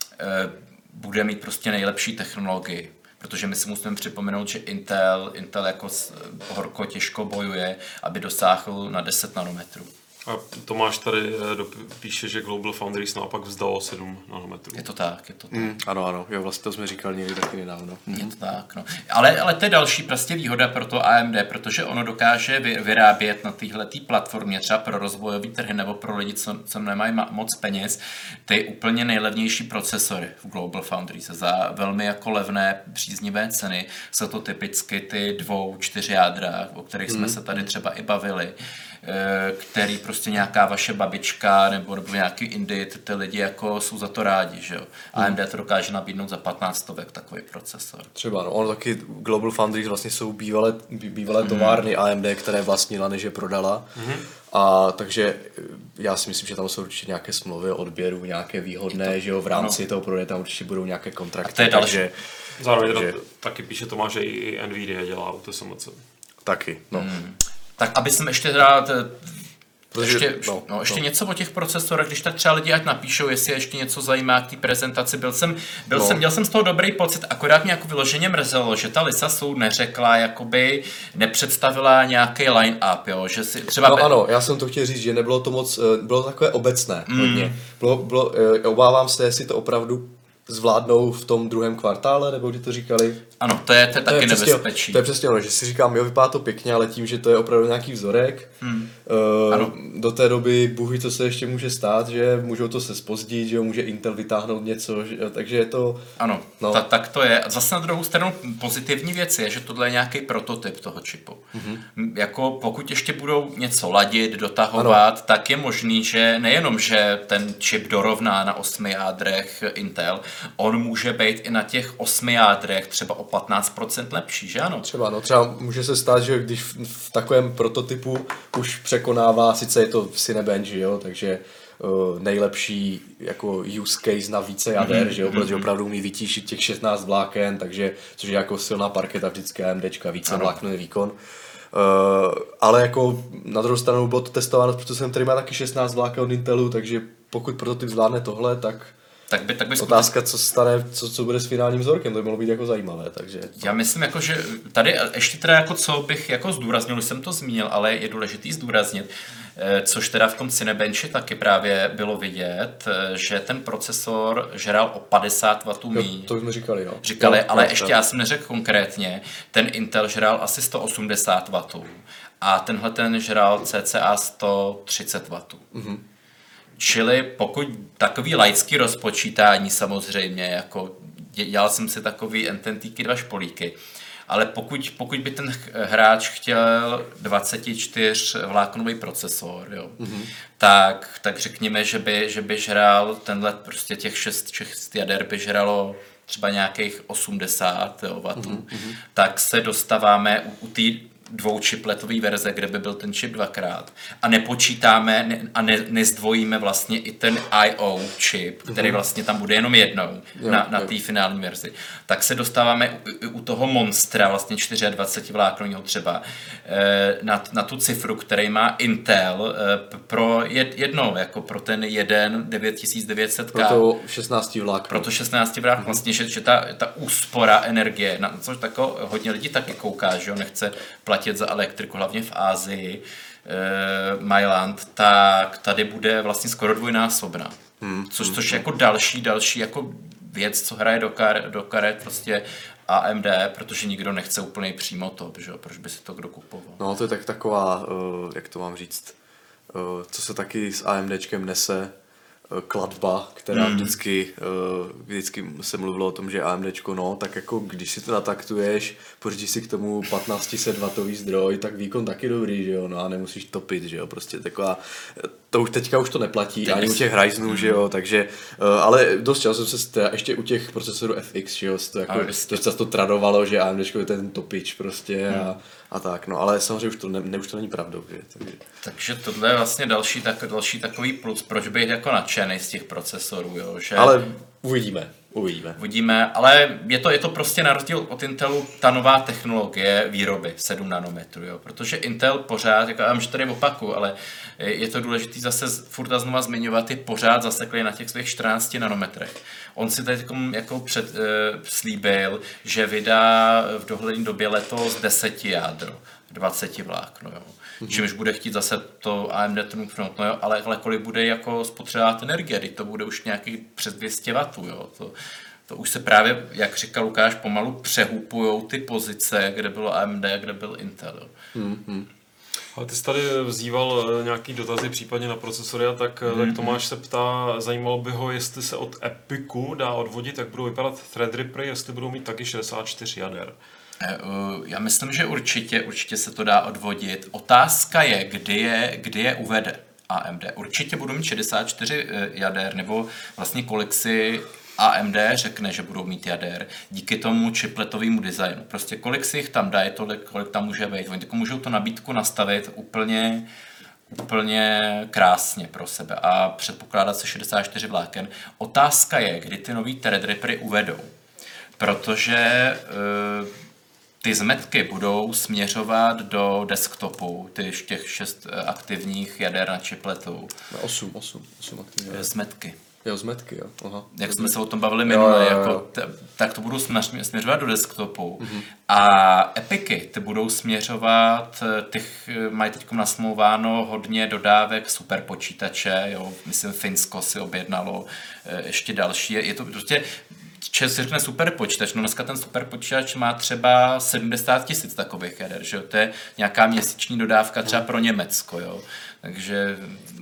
Speaker 3: bude mít prostě nejlepší technologii, protože my si musíme připomenout, že Intel, Intel jako horko těžko bojuje, aby dosáhl na deset nanometrů.
Speaker 1: A Tomáš tady píše, že Global Foundries naopak vzdalo sedm nanometrů.
Speaker 3: Je to tak, je to tak.
Speaker 2: Mm, ano, ano, jo, vlastně to jsme říkali někdy taky nedávno.
Speaker 3: Mm. Je to tak, no. Ale, ale to je další prostě výhoda pro to A M D, protože ono dokáže vyrábět na téhletý platformě, třeba pro rozvojový trhy nebo pro lidi, co, co nemají moc peněz, ty úplně nejlevnější procesory v Global Foundries za velmi jako levné příznivé ceny. Jsou to typicky ty dvou, čtyři jádra, o kterých jsme mm. se tady třeba i bavili, který prostě nějaká vaše babička nebo, nebo nějaký indit, ty lidi jako jsou za to rádi, že jo. A M D to dokáže nabídnout za patnáct stovek takový procesor.
Speaker 2: Třeba, no, ono taky Global Foundries vlastně jsou bývalé, bývalé továrny A M D, které vlastnila, než je prodala. Mm-hmm. A takže já si myslím, že tam jsou určitě nějaké smlouvy o odběru, nějaké výhodné, to, že jo, v rámci ano. toho prodeje tam určitě budou nějaké kontrakty.
Speaker 3: A to je další.
Speaker 2: Takže,
Speaker 1: zároveň
Speaker 2: takže...
Speaker 1: taky píše Tomáš, že i Nvidia dělá u T S M C.
Speaker 2: Taky, no.
Speaker 3: Hmm. Tak aby jsem ještě rád
Speaker 2: Protože,
Speaker 3: ještě,
Speaker 2: no,
Speaker 3: no, ještě
Speaker 2: no.
Speaker 3: něco o těch procesorech, když tak třeba lidi ať napíšou, jestli ještě něco zajímá k té prezentaci. Byl jsem, byl
Speaker 2: no.
Speaker 3: jsem, měl jsem z toho dobrý pocit, akorát mě jako vyloženě mrzelo, že ta Lisa Su neřekla, jakoby nepředstavila nějaký line-up, jo, že si třeba...
Speaker 2: No
Speaker 3: be...
Speaker 2: ano, já jsem to chtěl říct, že nebylo to moc, bylo takové obecné mm. hodně. Bylo, bylo, obávám se, jestli to opravdu zvládnou v tom druhém kvartále, nebo kdy to říkali?
Speaker 3: Ano, to je, to je taky
Speaker 2: to je
Speaker 3: nebezpečí.
Speaker 2: Přesně, to je přesně ono, že si říkám, jo, vypadá to pěkně, ale tím, že to je opravdu nějaký vzorek, hmm. uh, do té doby bůh ví, co se ještě může stát, že můžou to se zpozdit, že jo, může Intel vytáhnout něco, že, takže je to...
Speaker 3: Ano,
Speaker 2: no.
Speaker 3: ta, tak to je. Zase na druhou stranu pozitivní věc je, že tohle je nějaký prototyp toho čipu. Mm-hmm. Jako pokud ještě budou něco ladit, dotahovat, ano. tak je možný, že nejenom, že ten čip dorovná na osmi jádrech Intel, on může být i na těch osmi jádrech třeba o patnáct procent lepší, že ano?
Speaker 2: Třeba, no, třeba může se stát, že když v, v takovém prototypu už překonává, sice je to Cinebench, jo, takže uh, nejlepší jako use case na více jader, mm-hmm. že jo, protože opravdu umí vytíšit těch šestnáct vláken, takže, což je jako silná parketa vždycky AMDčka, více vláknový výkon. Uh, ale jako na druhou stranu bylo to testováno, protože jsem tady má taky šestnáct vláken od Intelu, takže pokud prototyp zvládne tohle, tak
Speaker 3: Tak by, tak by
Speaker 2: otázka, co stane, co, co bude s finálním vzorkem, to by mohlo být jako zajímavé, takže...
Speaker 3: Já myslím, jako, že tady ještě teda jako co bych jako zdůraznil, už jsem to zmínil, ale je důležitý zdůraznit, což teda v tom Cinebenchi taky právě bylo vidět, že ten procesor žral o padesát wattů míň.
Speaker 2: To jsme říkali, jo.
Speaker 3: Říkali,
Speaker 2: jo,
Speaker 3: ale
Speaker 2: jo,
Speaker 3: ještě
Speaker 2: jo.
Speaker 3: já jsem neřekl konkrétně, ten Intel žral asi sto osmdesát wattů a tenhle ten žral cca sto třicet wattů. Mm-hmm. Čili pokud takový laický rozpočítání samozřejmě, jako dělal jsem si takový ententíky dva špolíky, ale pokud, pokud by ten hráč chtěl dvacet čtyři vláknový procesor, jo, mm-hmm. tak, tak řekněme, že by, že by žral tenhle prostě těch šest, šest jader by žralo třeba nějakých osmdesát jo, wattů, mm-hmm. tak se dostáváme u, u té dvoučipletový verze, kde by byl ten čip dvakrát a nepočítáme ne, a ne, nezdvojíme vlastně i ten I O čip, který mm-hmm. vlastně tam bude jenom jednou jo, na, na té finální verzi, tak se dostáváme u, u toho monstra vlastně dvacet čtyři vláknového třeba na, na tu cifru, který má Intel pro jedno, jako pro ten jeden devět tisíc devět set K.
Speaker 2: Pro to šestnáct vlákno.
Speaker 3: Pro to šestnáct vlákno, mm-hmm. vlastně, že, že ta, ta úspora energie, na což tako, hodně lidí taky kouká, že jo, nechce platit za elektriku, hlavně v Ázii, e, Mailand, tak tady bude vlastně skoro dvojnásobná. Hmm. Což, což je jako další, další jako věc, co hraje do, kar, do karet prostě A M D, protože nikdo nechce úplně přímo to, že jo, proč by si to kdo kupoval.
Speaker 2: No to je tak taková, uh, jak to mám říct, uh, co se taky s AMDčkem nese, kladba, která mm. vždycky, uh, vždycky se mluvilo o tom, že AMDčko, no, tak jako když si to nataktuješ, pořídíš si k tomu patnáct set watový zdroj, tak výkon taky dobrý, že jo, no a nemusíš topit, že jo, prostě taková, to už teďka už to neplatí, Ty ani u těch Ryzenů, mm. že jo, takže, uh, ale dost často se teda, ještě u těch procesorů F X, že jo, to jako dost často tradovalo, že AMDčko je ten topič prostě mm. a a tak, no, ale samozřejmě už to, ne, ne, už to není pravdou. Je, takže.
Speaker 3: takže tohle je vlastně další, tak, další takový plus, proč být jako nadšený z těch procesorů, jo, že...
Speaker 2: Ale uvidíme, uvidíme.
Speaker 3: Uvidíme, ale je to, je to prostě na rozdíl od Intelu ta nová technologie výroby sedm nanometrů, jo, protože Intel pořád, jako já že tady opaku, ale je to důležité zase furt a znova zmiňovat, je pořád zaseklý na těch svých čtrnácti nanometrech. On si tady jako před, e, slíbil, že vydá v dohledné době letos deset jádro, dvacet vlákno, jo. Mm-hmm. Čímž bude chtít zase to A M D trumfnout, no jo, ale, ale kolik bude jako spotřebovat energie, teď to bude už nějaký přes dvě stě wattů, jo. To, to už se právě, jak říkal Lukáš, pomalu přehupujou ty pozice, kde bylo A M D a kde byl Intel, jo. Mm-hmm.
Speaker 1: Ale ty jsi tady vzýval nějaký dotazy případně na procesory, a tak, mm-hmm. tak Tomáš se ptá, zajímalo by ho, jestli se od Epicu dá odvodit, jak budou vypadat Threadrippery, jestli budou mít taky šedesát čtyři jader.
Speaker 3: Já myslím, že určitě, určitě se to dá odvodit. Otázka je, kdy je, kdy je uvede A M D. Určitě budou mít šedesát čtyři jader, nebo vlastně kolik si A M D řekne, že budou mít jader, díky tomu chipletovému designu. Prostě kolik si jich tam dají, tolik, kolik tam může být. Oni tak můžou tu nabídku nastavit úplně, úplně krásně pro sebe a předpokládat se šedesát čtyři vláken. Otázka je, kdy ty nový Threadrippery uvedou. Protože e, ty zmetky budou směřovat do desktopu, ty těch šest aktivních jader na chipletu.
Speaker 2: osm, osm, osm aktivních jader.
Speaker 3: Zmetky.
Speaker 2: Jo, zmetky, jo. Aha.
Speaker 3: Jak jsme se o tom bavili minule, jako t- tak to budou směř- směřovat do desktopu. Mm-hmm. A Epiky ty budou směřovat, ty mají teď nasmlouváno hodně dodávek superpočítače, jo, myslím Finsko si objednalo ještě další. Je to prostě, Čes si řekne superpočítač, no dneska ten superpočítač má třeba sedmdesát tisíc takových jader, že jo, to je nějaká měsíční dodávka třeba pro Německo, jo, takže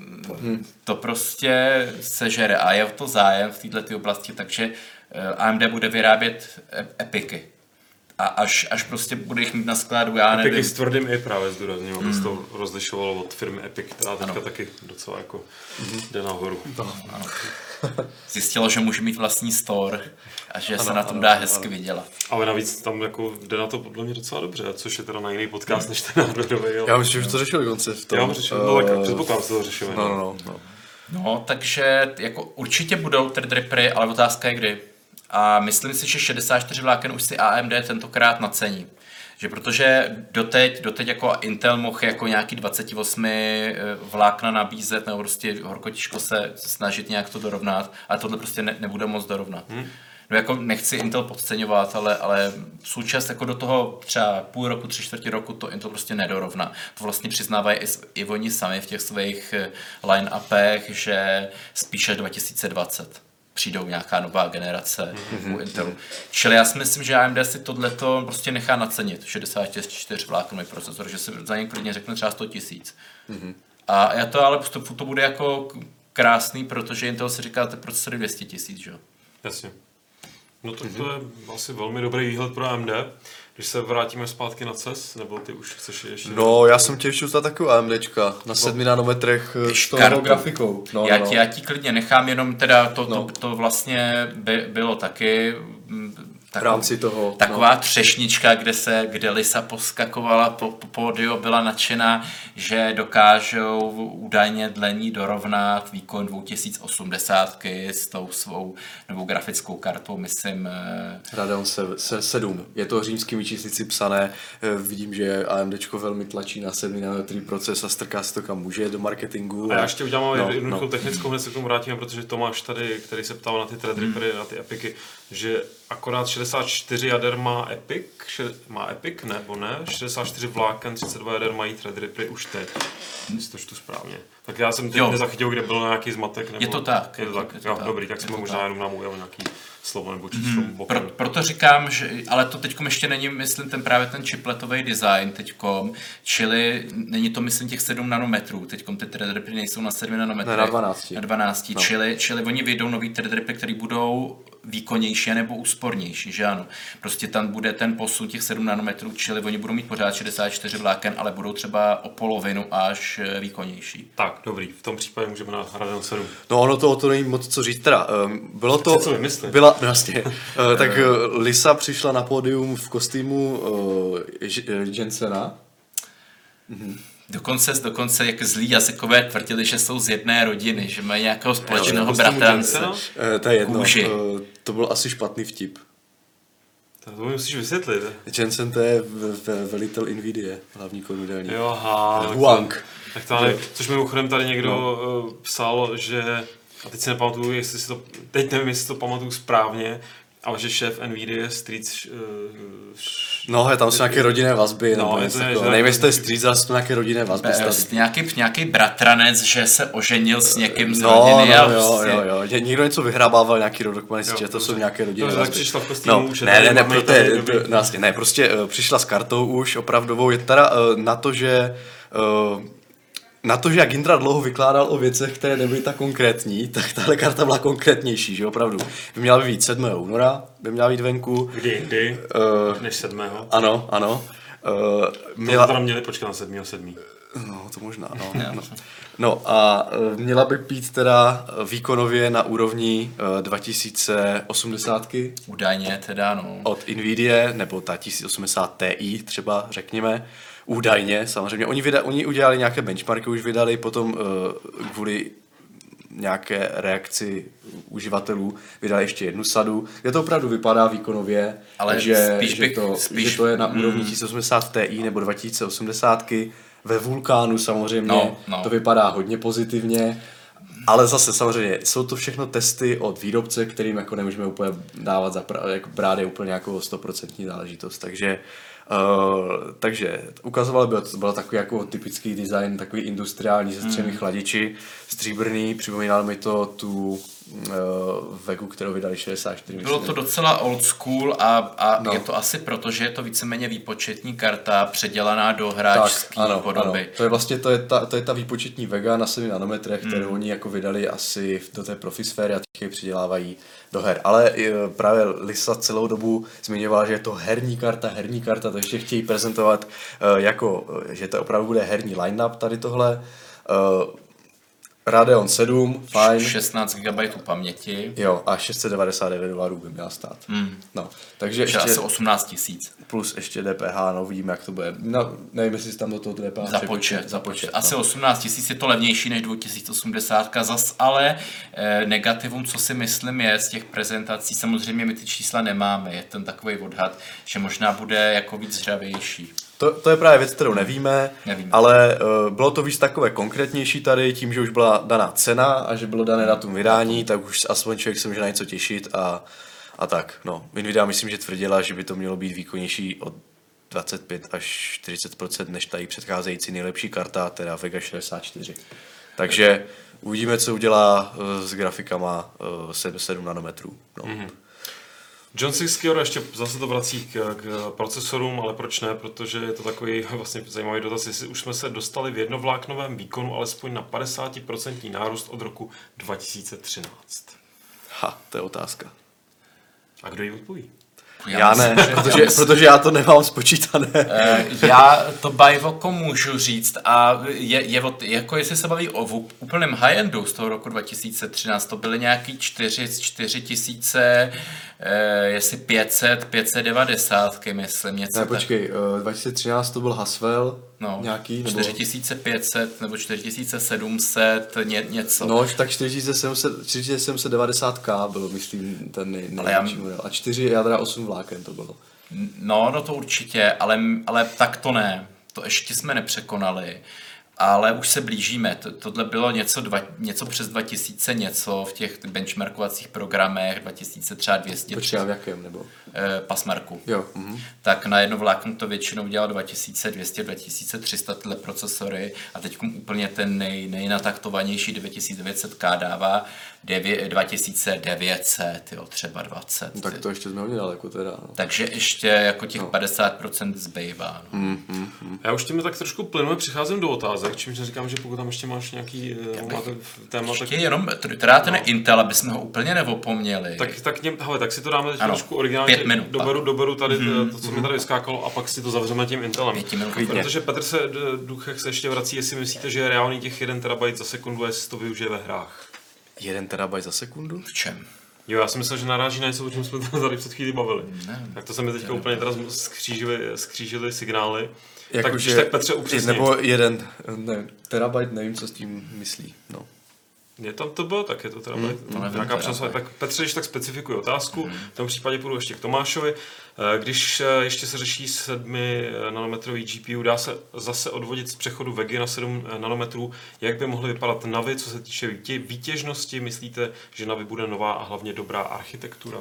Speaker 3: to prostě sežere a je o to zájem v této oblasti, takže A M D bude vyrábět Epiky. A až, až prostě bude jich mít na skladu, já nevím.
Speaker 1: Epiky s tvrdým i právě zdůraznil, aby se to rozlišovalo od firmy Epic, která teďka ano. taky docela jako mm-hmm. jde nahoru.
Speaker 3: No, ano. Zjistilo, že může mít vlastní store a že ano, se na tom ano, dá ano, hezky ano. vydělat.
Speaker 1: Ale navíc tam jako jde na to podle mě docela dobře, což je teda na jiný podcast než ten hardwareový.
Speaker 2: Já myslím, že to řešili konce v tom.
Speaker 1: Já řešili, no tak předpokládám, že to řešili.
Speaker 2: No, no, no.
Speaker 3: No, takže jako určitě budou Threadrippery, ale otázka je kdy. A myslím si, že šedesát čtyři vláken už si A M D tentokrát nacení. Že protože doteď, doteď jako Intel mohl jako nějaký dvacet osm vlákna nabízet, nebo prostě horko těžko se snažit nějak to dorovnat, ale tohle prostě ne, nebude moc dorovnat. Hmm. No jako nechci Intel podceňovat, ale, ale součas jako do toho třeba půl roku, tři čtvrtě roku to Intel prostě nedorovná. To vlastně přiznávají i, i oni sami v těch svých line-upech, že spíš až dva tisíce dvacet přijdou nějaká nová generace mm-hmm. u Intelu. Čili já si myslím, že A M D si tohleto prostě nechá nacenit, šedesát čtyři vláknový procesor, že si za něj klidně řekne třeba sto tisíc. Mm-hmm. A já to ale to, to bude jako krásný, protože Intel si říká, že procesory dvě stě tisíc, že jo?
Speaker 1: Jasně. No tak to je asi velmi dobrý výhled pro A M D. Když se vrátíme zpátky na C E S, nebo ty už chceš ještě...
Speaker 2: No, já jsem tě ještě ustal takovou AMDčka na sedmi nanometrech s tou grafikou. No,
Speaker 3: já,
Speaker 2: no,
Speaker 3: ti, já ti klidně nechám, jenom teda to, no. to, to vlastně by, bylo taky
Speaker 2: v rámci toho.
Speaker 3: Taková
Speaker 2: no.
Speaker 3: třešnička, kde se, kde Lisa poskakovala po, po pódiu, byla nadšená, že dokážou údajně dle ní dorovnat výkon dva tisíce osmdesát s tou svou novou grafickou kartou, myslím.
Speaker 2: Radeon sedm. Je to římskými číslici psané. Vidím, že AMDčko velmi tlačí na sedm nanometrový proces a strká si to kam může do marketingu.
Speaker 1: A já ještě udělám
Speaker 2: no,
Speaker 1: jednoduchou
Speaker 2: no.
Speaker 1: technickou, hned se k tomu vrátíme, protože Tomáš tady, který se ptal na ty Threadrippery, hmm. na ty Epiky, že akorát šedesát čtyři jader má Epic, še, má Epic, nebo ne? šedesát čtyři vláken, třicet dva jader mají Threadrippery už teď. Jestli to čtu správně. Tak já jsem teď jo. nezachytil, kde byl nějaký zmatek. Nebo...
Speaker 3: Je to tak.
Speaker 1: Je to tak. Je to jo, tak. Dobrý, tak jsme možná tak. Jenom nám ujeli nějaký slovo nebo číslo. Hmm.
Speaker 3: Pro, proto říkám, že, ale to teďkom ještě není, myslím, ten právě ten chipletový design teďkom, čili není to, myslím, těch sedm nanometrů, teďkom ty Threadrippery nejsou na sedmi nanometrech.
Speaker 2: Ne, na dvanácti.
Speaker 3: Na dvanácti, no. čili, čili oni vyjdou nový Threadrippery, který budou výkonnější nebo úspornější, že ano. Prostě tam bude ten posun těch sedm nanometrů, čili oni budou mít pořád šedesát čtyři vláken, ale budou třeba o polovinu až výkonnější.
Speaker 1: Tak, dobrý, v tom případě můžeme na Radeon sedm.
Speaker 2: No ono to, to není moc co říct, teda bylo to,
Speaker 1: co vymyslet?
Speaker 2: Byla, no jasně, tak Lisa přišla na pódium v kostýmu uh, Jensena.
Speaker 3: Mhm. Dokonce, dokonce jak zlí jazykové tvrdili, že jsou z jedné rodiny, že mají nějakého společného bratrance.
Speaker 2: E, to je jedno, e, to byl asi špatný vtip.
Speaker 1: To musíš vysvětlit.
Speaker 2: Jensen to je velitel Nvidia, hlavní kormidelník.
Speaker 1: Jo, aha.
Speaker 2: Huang.
Speaker 1: Tak to, tak což mimochodem tady někdo no. psal, že, a teď si nepamatuju, jestli si to, teď nevím, jestli to pamatuju správně, ale že šéf Nvidia Street... Uh,
Speaker 2: no, je tam jsou nějaké rodinné vazby,
Speaker 1: no,
Speaker 2: nebo něco takového. Nevím, jestli to je Street, ale jsou nějaké rodinné vazby.
Speaker 3: Nějaký, nějaký bratranec, že se oženil s někým z
Speaker 2: no,
Speaker 3: rodiny.
Speaker 2: No,
Speaker 3: a
Speaker 2: jo,
Speaker 3: prostě...
Speaker 2: jo, jo. Někdo něco vyhrabával, nějaký rodokmen, že to jsou nějaké rodinné
Speaker 1: vazby.
Speaker 2: vazby.
Speaker 1: Přišla v kostýmu,
Speaker 2: no, ne, ne, ne, proto je, vlastně, ne, prostě uh, přišla s kartou už opravdovou. Je teda uh, na to, že... Uh, Na to, že jak Indra dlouho vykládal o věcech, které nebyly tak konkrétní, tak tahle karta byla konkrétnější, že opravdu. By měla být sedmého února, by měla být venku.
Speaker 1: Kdy, kdy? Uh, Než sedmého
Speaker 2: Ano, ano. Uh,
Speaker 1: měla... To teda měli počkat na sedmého sedmý
Speaker 2: No, to možná, no. no. no a uh, měla by být teda výkonově na úrovni uh, dva tisíce osmdesát.
Speaker 3: Údajně teda, no.
Speaker 2: Od Nvidia, nebo ta tisíc osmdesát Ti třeba, řekněme. Údajně, samozřejmě. Oni, vyda, oni udělali nějaké benchmarky, už vydali potom uh, kvůli nějaké reakci uživatelů, vydali ještě jednu sadu, kde to opravdu vypadá výkonově,
Speaker 3: ale
Speaker 2: že,
Speaker 3: spíš
Speaker 2: že,
Speaker 3: bych,
Speaker 2: to,
Speaker 3: spíš,
Speaker 2: že to je na
Speaker 3: mm.
Speaker 2: úrovni tisíc osmdesát Ti nebo dva tisíce osmdesát. Ve Vulkánu samozřejmě
Speaker 3: no, no.
Speaker 2: to vypadá hodně pozitivně, ale zase samozřejmě jsou to všechno testy od výrobce, kterým jako nemůžeme úplně dávat za pra, jako brát je úplně jako sto procent záležitost, takže Uh, takže ukazoval by, to byl takový jako typický design, takový industriální se třemi mm. chladiči, stříbrný, připomínal mi to tu uh, Vegu, kterou vydali šedesát čtyři.
Speaker 3: Bylo to docela old school a, a no. je to asi proto, že je to víceméně výpočetní karta předělaná do hráčské podoby.
Speaker 2: Ano. To je vlastně to je ta, to je ta výpočetní Vega na sedmi nanometrech, kterou mm. oni jako vydali asi do té profi sféry a těch přidělávají do her. Ale uh, právě Lisa celou dobu zmiňovala, že je to herní karta, herní karta, to ještě chtějí prezentovat uh, jako, uh, že to opravdu bude herní line-up tady tohle. Uh, Radeon sedm, fajn.
Speaker 3: šestnáct gigabajtů paměti.
Speaker 2: Jo, a šest set devadesát devět dolarů by měla stát.
Speaker 3: Mm.
Speaker 2: No, takže
Speaker 3: ještě asi osmnáct tisíc.
Speaker 2: Plus ještě D P H, no uvidíme, jak to bude. No, nevím, jestli tam do toho D P H
Speaker 3: započet, započet. Asi no. osmnáct tisíc je to levnější než dva tisíce osmdesát, zas ale eh, negativum, co si myslím je z těch prezentací, samozřejmě my ty čísla nemáme, je ten takový odhad, že možná bude jako víc zřavější.
Speaker 2: To, to je právě věc, kterou nevíme, nevíme. ale uh, bylo to víc takové konkrétnější tady, tím, že už byla daná cena a že bylo dané datum vydání, tak už aspoň člověk se může na něco těšit a, a tak. No, Nvidia myslím, že tvrdila, že by to mělo být výkonnější od dvacet pět až čtyřicet procent než tady předcházející nejlepší karta, teda Vega šedesát čtyři. Takže uvidíme, co udělá uh, s grafikama uh, sedm nanometrů. No. Mm-hmm.
Speaker 1: John Sixkior ještě zase to vrací k, k procesorům, ale proč ne, protože je to takový vlastně zajímavý dotaz, jestli už jsme se dostali v jednovláknovém výkonu alespoň na padesát procent nárůst od roku dva tisíce třináct.
Speaker 2: Ha, to je otázka.
Speaker 1: A kdo ji odpoví?
Speaker 3: Já,
Speaker 2: Já
Speaker 3: myslím,
Speaker 2: ne,
Speaker 3: že-
Speaker 2: protože, protože já to nemám spočítané.
Speaker 3: Eh, Já to bajvoko můžu říct a je, je od, jako jestli se baví o v- úplném high-endu z toho roku dva tisíce třináct, to byly nějaký čtyři tisíce, eh, jestli pět set, pět set devadesát, myslím, něco
Speaker 2: Ne,
Speaker 3: tak.
Speaker 2: počkej, uh, dva tisíce třináct to byl Haswell
Speaker 3: No,
Speaker 2: nějaký, nebo...
Speaker 3: čtyři tisíce pět set nebo čtyři tisíce sedm set, ně, něco.
Speaker 2: No, tak čtyři tisíce sedm set devadesát K byl, myslím, ten nej,
Speaker 3: Ale já-
Speaker 2: největší model. A čtyři jádra osm vláken to bylo.
Speaker 3: No, no to určitě, ale, ale tak to ne. To ještě jsme nepřekonali. Ale už se blížíme. To- Tohle bylo něco, dva, něco přes dva tisíce něco v těch benchmarkovacích programech, dva tisíce třeba dvě stě
Speaker 2: Počkej, a v jakém, nebo?
Speaker 3: eh, pasmarku.
Speaker 2: Jo, mhm.
Speaker 3: Tak na jedno vlákno to většinou dělalo dva tisíce dvě stě, dva tisíce tři sta tyhle procesory a teď úplně ten nej, nejnataktovanější devět tisíc devět set K dává dva tisíce devět set, jo, třeba dvacet.
Speaker 2: No, tak to ještě jsme hodně daleko teda. No.
Speaker 3: Takže ještě jako těch padesát procent zbývá. No.
Speaker 2: Mm, mm, mm.
Speaker 1: Já už tím tak trošku plynule přicházím do otázek, čímž říkám, že pokud tam ještě máš nějaký uh, máte téma,
Speaker 3: Ještě
Speaker 1: tak,
Speaker 3: jenom, teda ten
Speaker 1: No.
Speaker 3: Intel, aby jsme ho úplně neopomněli.
Speaker 1: tak, tak, něm, hele, tak si to dáme teď
Speaker 3: Ano,
Speaker 1: trošku originálně
Speaker 3: pět minut,
Speaker 1: doberu,
Speaker 3: pak.
Speaker 1: doberu tady mm-hmm. to, co mi tady vyskákalo a pak si to zavřeme tím Intelem.
Speaker 3: Pěti minut.
Speaker 1: Protože Petr se d- Duchech se ještě vrací, jestli myslíte, že je reálný těch jeden terabajt za sekundu, jestli to využije ve hrách.
Speaker 2: Jeden terabajt za sekundu?
Speaker 3: V čem?
Speaker 1: Jo, já si myslel, že naráží na něco, o čem jsme tady před chvíli bavili.
Speaker 3: Ne.
Speaker 1: Tak to se mi teďka úplně teda skřížily, skřížily signály.
Speaker 2: Jako,
Speaker 1: tak když
Speaker 2: že-
Speaker 1: tak Petře upřesni.
Speaker 2: Nebo jeden, ne, terabajt, nevím, co s tím myslí. No.
Speaker 1: Je tam to bylo, tak je to teda mm,
Speaker 3: to nevím,
Speaker 1: nějaká
Speaker 3: teda.
Speaker 1: přesně. Tak Petře, když tak specifikuj otázku, mm. v tom případě půjdu ještě k Tomášovi. Eh, Když eh, ještě se řeší sedmi nanometrový G P U, dá se zase odvodit z přechodu Vegy na sedm nanometrů, jak by mohly vypadat Navy, co se týče výtě- výtěžnosti? Myslíte, že Navy bude nová a hlavně dobrá architektura?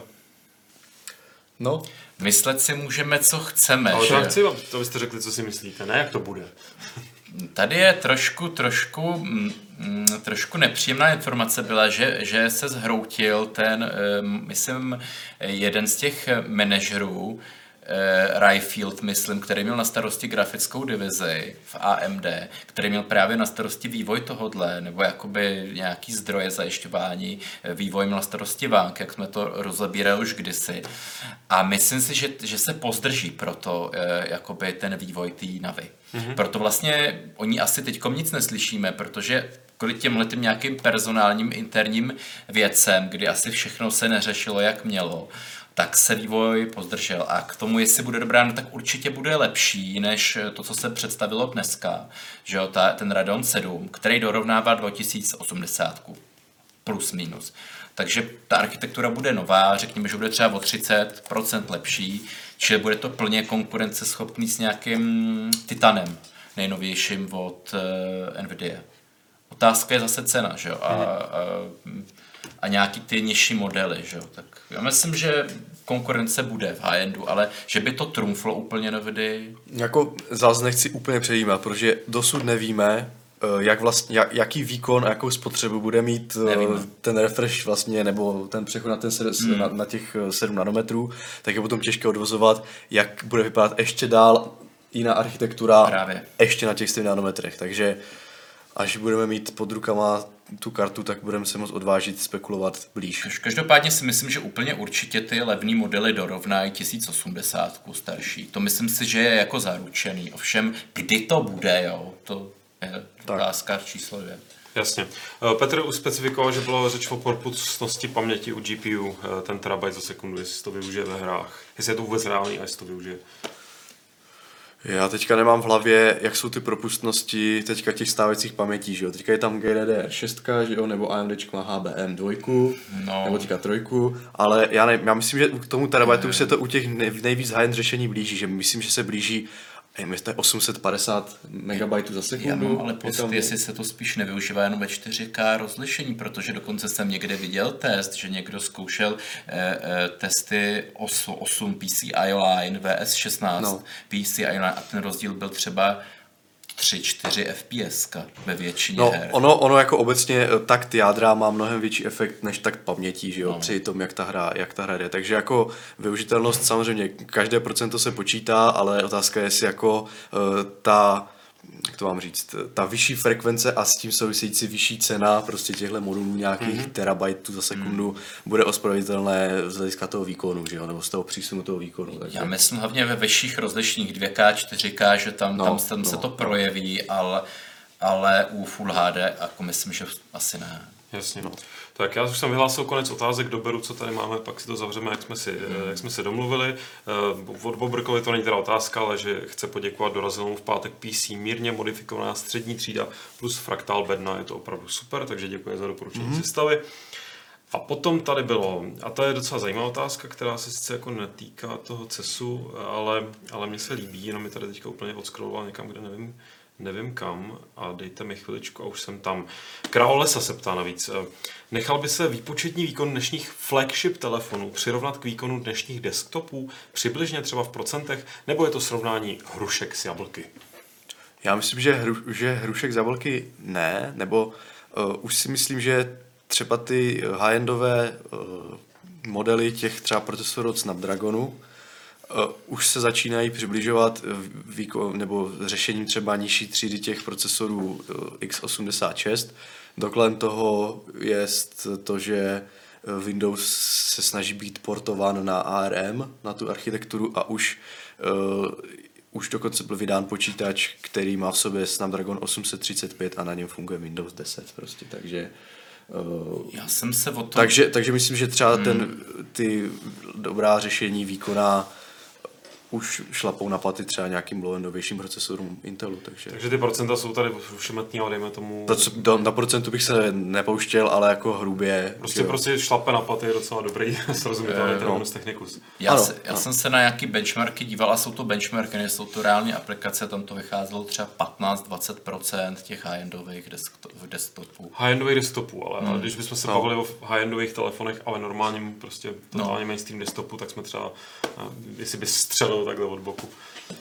Speaker 2: No,
Speaker 3: Myslet si můžeme, co chceme.
Speaker 1: Ale
Speaker 3: že?
Speaker 1: to já chci, to byste řekli, co si myslíte, ne jak to bude.
Speaker 3: Tady je trošku, trošku, mm, mm, trošku nepříjemná informace byla, že, že se zhroutil ten, eh, myslím, jeden z těch manažerů, eh, Rayfield, myslím, který měl na starosti grafickou divizi v A M D, který měl právě na starosti vývoj tohodle, nebo jakoby nějaký zdroje zajišťování, eh, vývoj měl na starosti Vank, jak jsme to rozebírali už kdysi. A myslím si, že, že se pozdrží proto eh, jakoby ten vývoj té Navy. Mm-hmm. Proto vlastně o ní asi teďkom nic neslyšíme, protože kvůli těmhletým nějakým personálním interním věcem, kdy asi všechno se neřešilo, jak mělo, tak se vývoj pozdržel. A k tomu, jestli bude dobrá, no tak určitě bude lepší, než to, co se představilo dneska. Že jo, ta, ten Radeon sedm, který dorovnává dva tisíce osmdesát plus minus. Takže ta architektura bude nová, řekněme, že bude třeba o třicet procent lepší, čili bude to plně konkurenceschopný s nějakým Titanem, nejnovějším od uh, Nvidia. Otázka je zase cena, že jo, a, a, a nějaký ty nižší modely, že jo, tak já myslím, že konkurence bude v high-endu, ale že by to trumflo úplně Nvidia.
Speaker 2: jako zase nechci úplně předjímat, protože dosud nevíme, eh, jak vlastně, jak, jaký výkon a jakou spotřebu bude mít eh,
Speaker 3: Nevíme.
Speaker 2: ten refresh vlastně, nebo ten přechod na, ten sed, hmm. na, na těch eh, sedm nanometrů, tak je potom těžké odvozovat, jak bude vypadat ještě dál jiná architektura
Speaker 3: Právě.
Speaker 2: ještě na těch sedmi nanometrech, takže až budeme mít pod rukama tu kartu, tak budeme se moct odvážit spekulovat blíž.
Speaker 3: Kaž- Každopádně si myslím, že úplně určitě ty levný modely dorovnají tisíc osmdesát starší. To myslím si, že je jako zaručený. Ovšem, kdy to bude, jo, to je otázka číslo dvě.
Speaker 1: Jasně. Eh, Petr už specifikoval, že bylo řeč o propustnosti paměti u G P U, eh, ten terabajt za sekundu, jestli to využije ve hrách. Jestli je to vůbec reálný a jestli to využije.
Speaker 2: Já teďka nemám v hlavě, jak jsou ty propustnosti teďka těch stávajících pamětí, že jo. Teďka je tam G D D R šest, že jo, nebo AMDčko má H B M dva,
Speaker 3: No.
Speaker 2: nebo teďka trojku, ale já, ne, já myslím, že k tomu terabajtu už se to u těch nej, nejvíc high-end řešení blíží, že myslím, že se blíží nevím, jestli to je osm set padesát megabajtů za
Speaker 3: Já
Speaker 2: sekundu.
Speaker 3: mám ale
Speaker 2: Je
Speaker 3: pocit,
Speaker 2: tam-
Speaker 3: jestli se to spíš nevyužívá jenom ve čtyři ká rozlišení, protože dokonce jsem někde viděl test, že někdo zkoušel eh, eh, testy osm P C I Line V S šestnáct
Speaker 2: No.
Speaker 3: P C I Line a ten rozdíl byl třeba tři čtyři F P S ve většině
Speaker 2: No,
Speaker 3: her.
Speaker 2: ono, ono jako obecně eh, takt jádra má mnohem větší efekt než takt paměti, že jo,
Speaker 3: No.
Speaker 2: při tom, jak ta hra, jak ta hra jde. Takže jako využitelnost samozřejmě, každé procento se počítá, ale otázka je, jestli jako uh, ta jak to mám říct, ta vyšší frekvence a s tím související vyšší cena prostě těchto modulů nějakých mm-hmm. terabajtů za sekundu mm. bude ospravedlnitelné z hlediska toho výkonu, že jo? Nebo z toho přísunu toho výkonu. Takže...
Speaker 3: Já myslím hlavně ve vyšších rozlišních dvě ká, čtyři ká, že tam,
Speaker 2: no,
Speaker 3: tam, tam
Speaker 2: no,
Speaker 3: se to
Speaker 2: no.
Speaker 3: projeví, ale, ale u Full há dé jako myslím, že asi ne.
Speaker 1: Jasně. No. Tak já už jsem vyhlásil konec otázek, doberu, co tady máme, pak si to zavřeme, jak jsme si, hmm. jak jsme si domluvili. Od Bobrkovi to není teda otázka, ale že chce poděkovat, dorazil mu v pátek P C mírně modifikovaná střední třída plus fraktál bedna, je to opravdu super, takže děkuji za doporučení hmm. sestavy. A potom tady bylo, a to je docela zajímavá otázka, která se sice jako netýká toho cesu, ale, ale mně se líbí, jenom mi tady teďka úplně odscrolloval někam, kde nevím, nevím kam, a dejte mi chviličku a už jsem tam. Král Lesa se ptá navíc. Nechal by se výpočetní výkon dnešních flagship telefonů přirovnat k výkonu dnešních desktopů, přibližně třeba v procentech, nebo je to srovnání hrušek s jablky?
Speaker 2: Já myslím, že, hru, že hrušek s jablky ne, nebo uh, už si myslím, že třeba ty high-endové uh, modely těch třeba procesorů od Snapdragonu Uh, už se začínají přibližovat výkon, nebo řešením třeba nižší třídy těch procesorů uh, X osmdesát šest. Dokladem toho je to, že Windows se snaží být portován na A R M, na tu architekturu, a už, uh, už dokonce byl vydán počítač, který má v sobě Snapdragon osm set třicet pět a na něm funguje Windows deset prostě, takže Uh,
Speaker 3: Já jsem se o tom...
Speaker 2: takže, takže myslím, že třeba hmm. ten, ty dobrá řešení výkona už šlapou na paty třeba nějakým low-endovějším procesorům Intelu, takže...
Speaker 1: Takže ty procenta jsou tady všemetný, ale dejme tomu...
Speaker 2: Do, na procentu bych se nepouštěl, ale jako hrubě...
Speaker 1: Prostě, prostě šlape na paty je docela dobrý, srozumitelný uh, terminus technicus.
Speaker 3: Já, ano, se, já ano. jsem se na nějaký benchmarky díval, a jsou to benchmarky, nejsou to reální aplikace, tam to vycházelo třeba patnáct až dvacet procent těch high-endových desktopů.
Speaker 1: High-endových desktopů, ale, hmm. ale když bychom se no. bavili o high-endových telefonech, ale normálním prostě totálně no. mainstream desktopu, tak jsme třeba, jestli by střelil takhle od boku.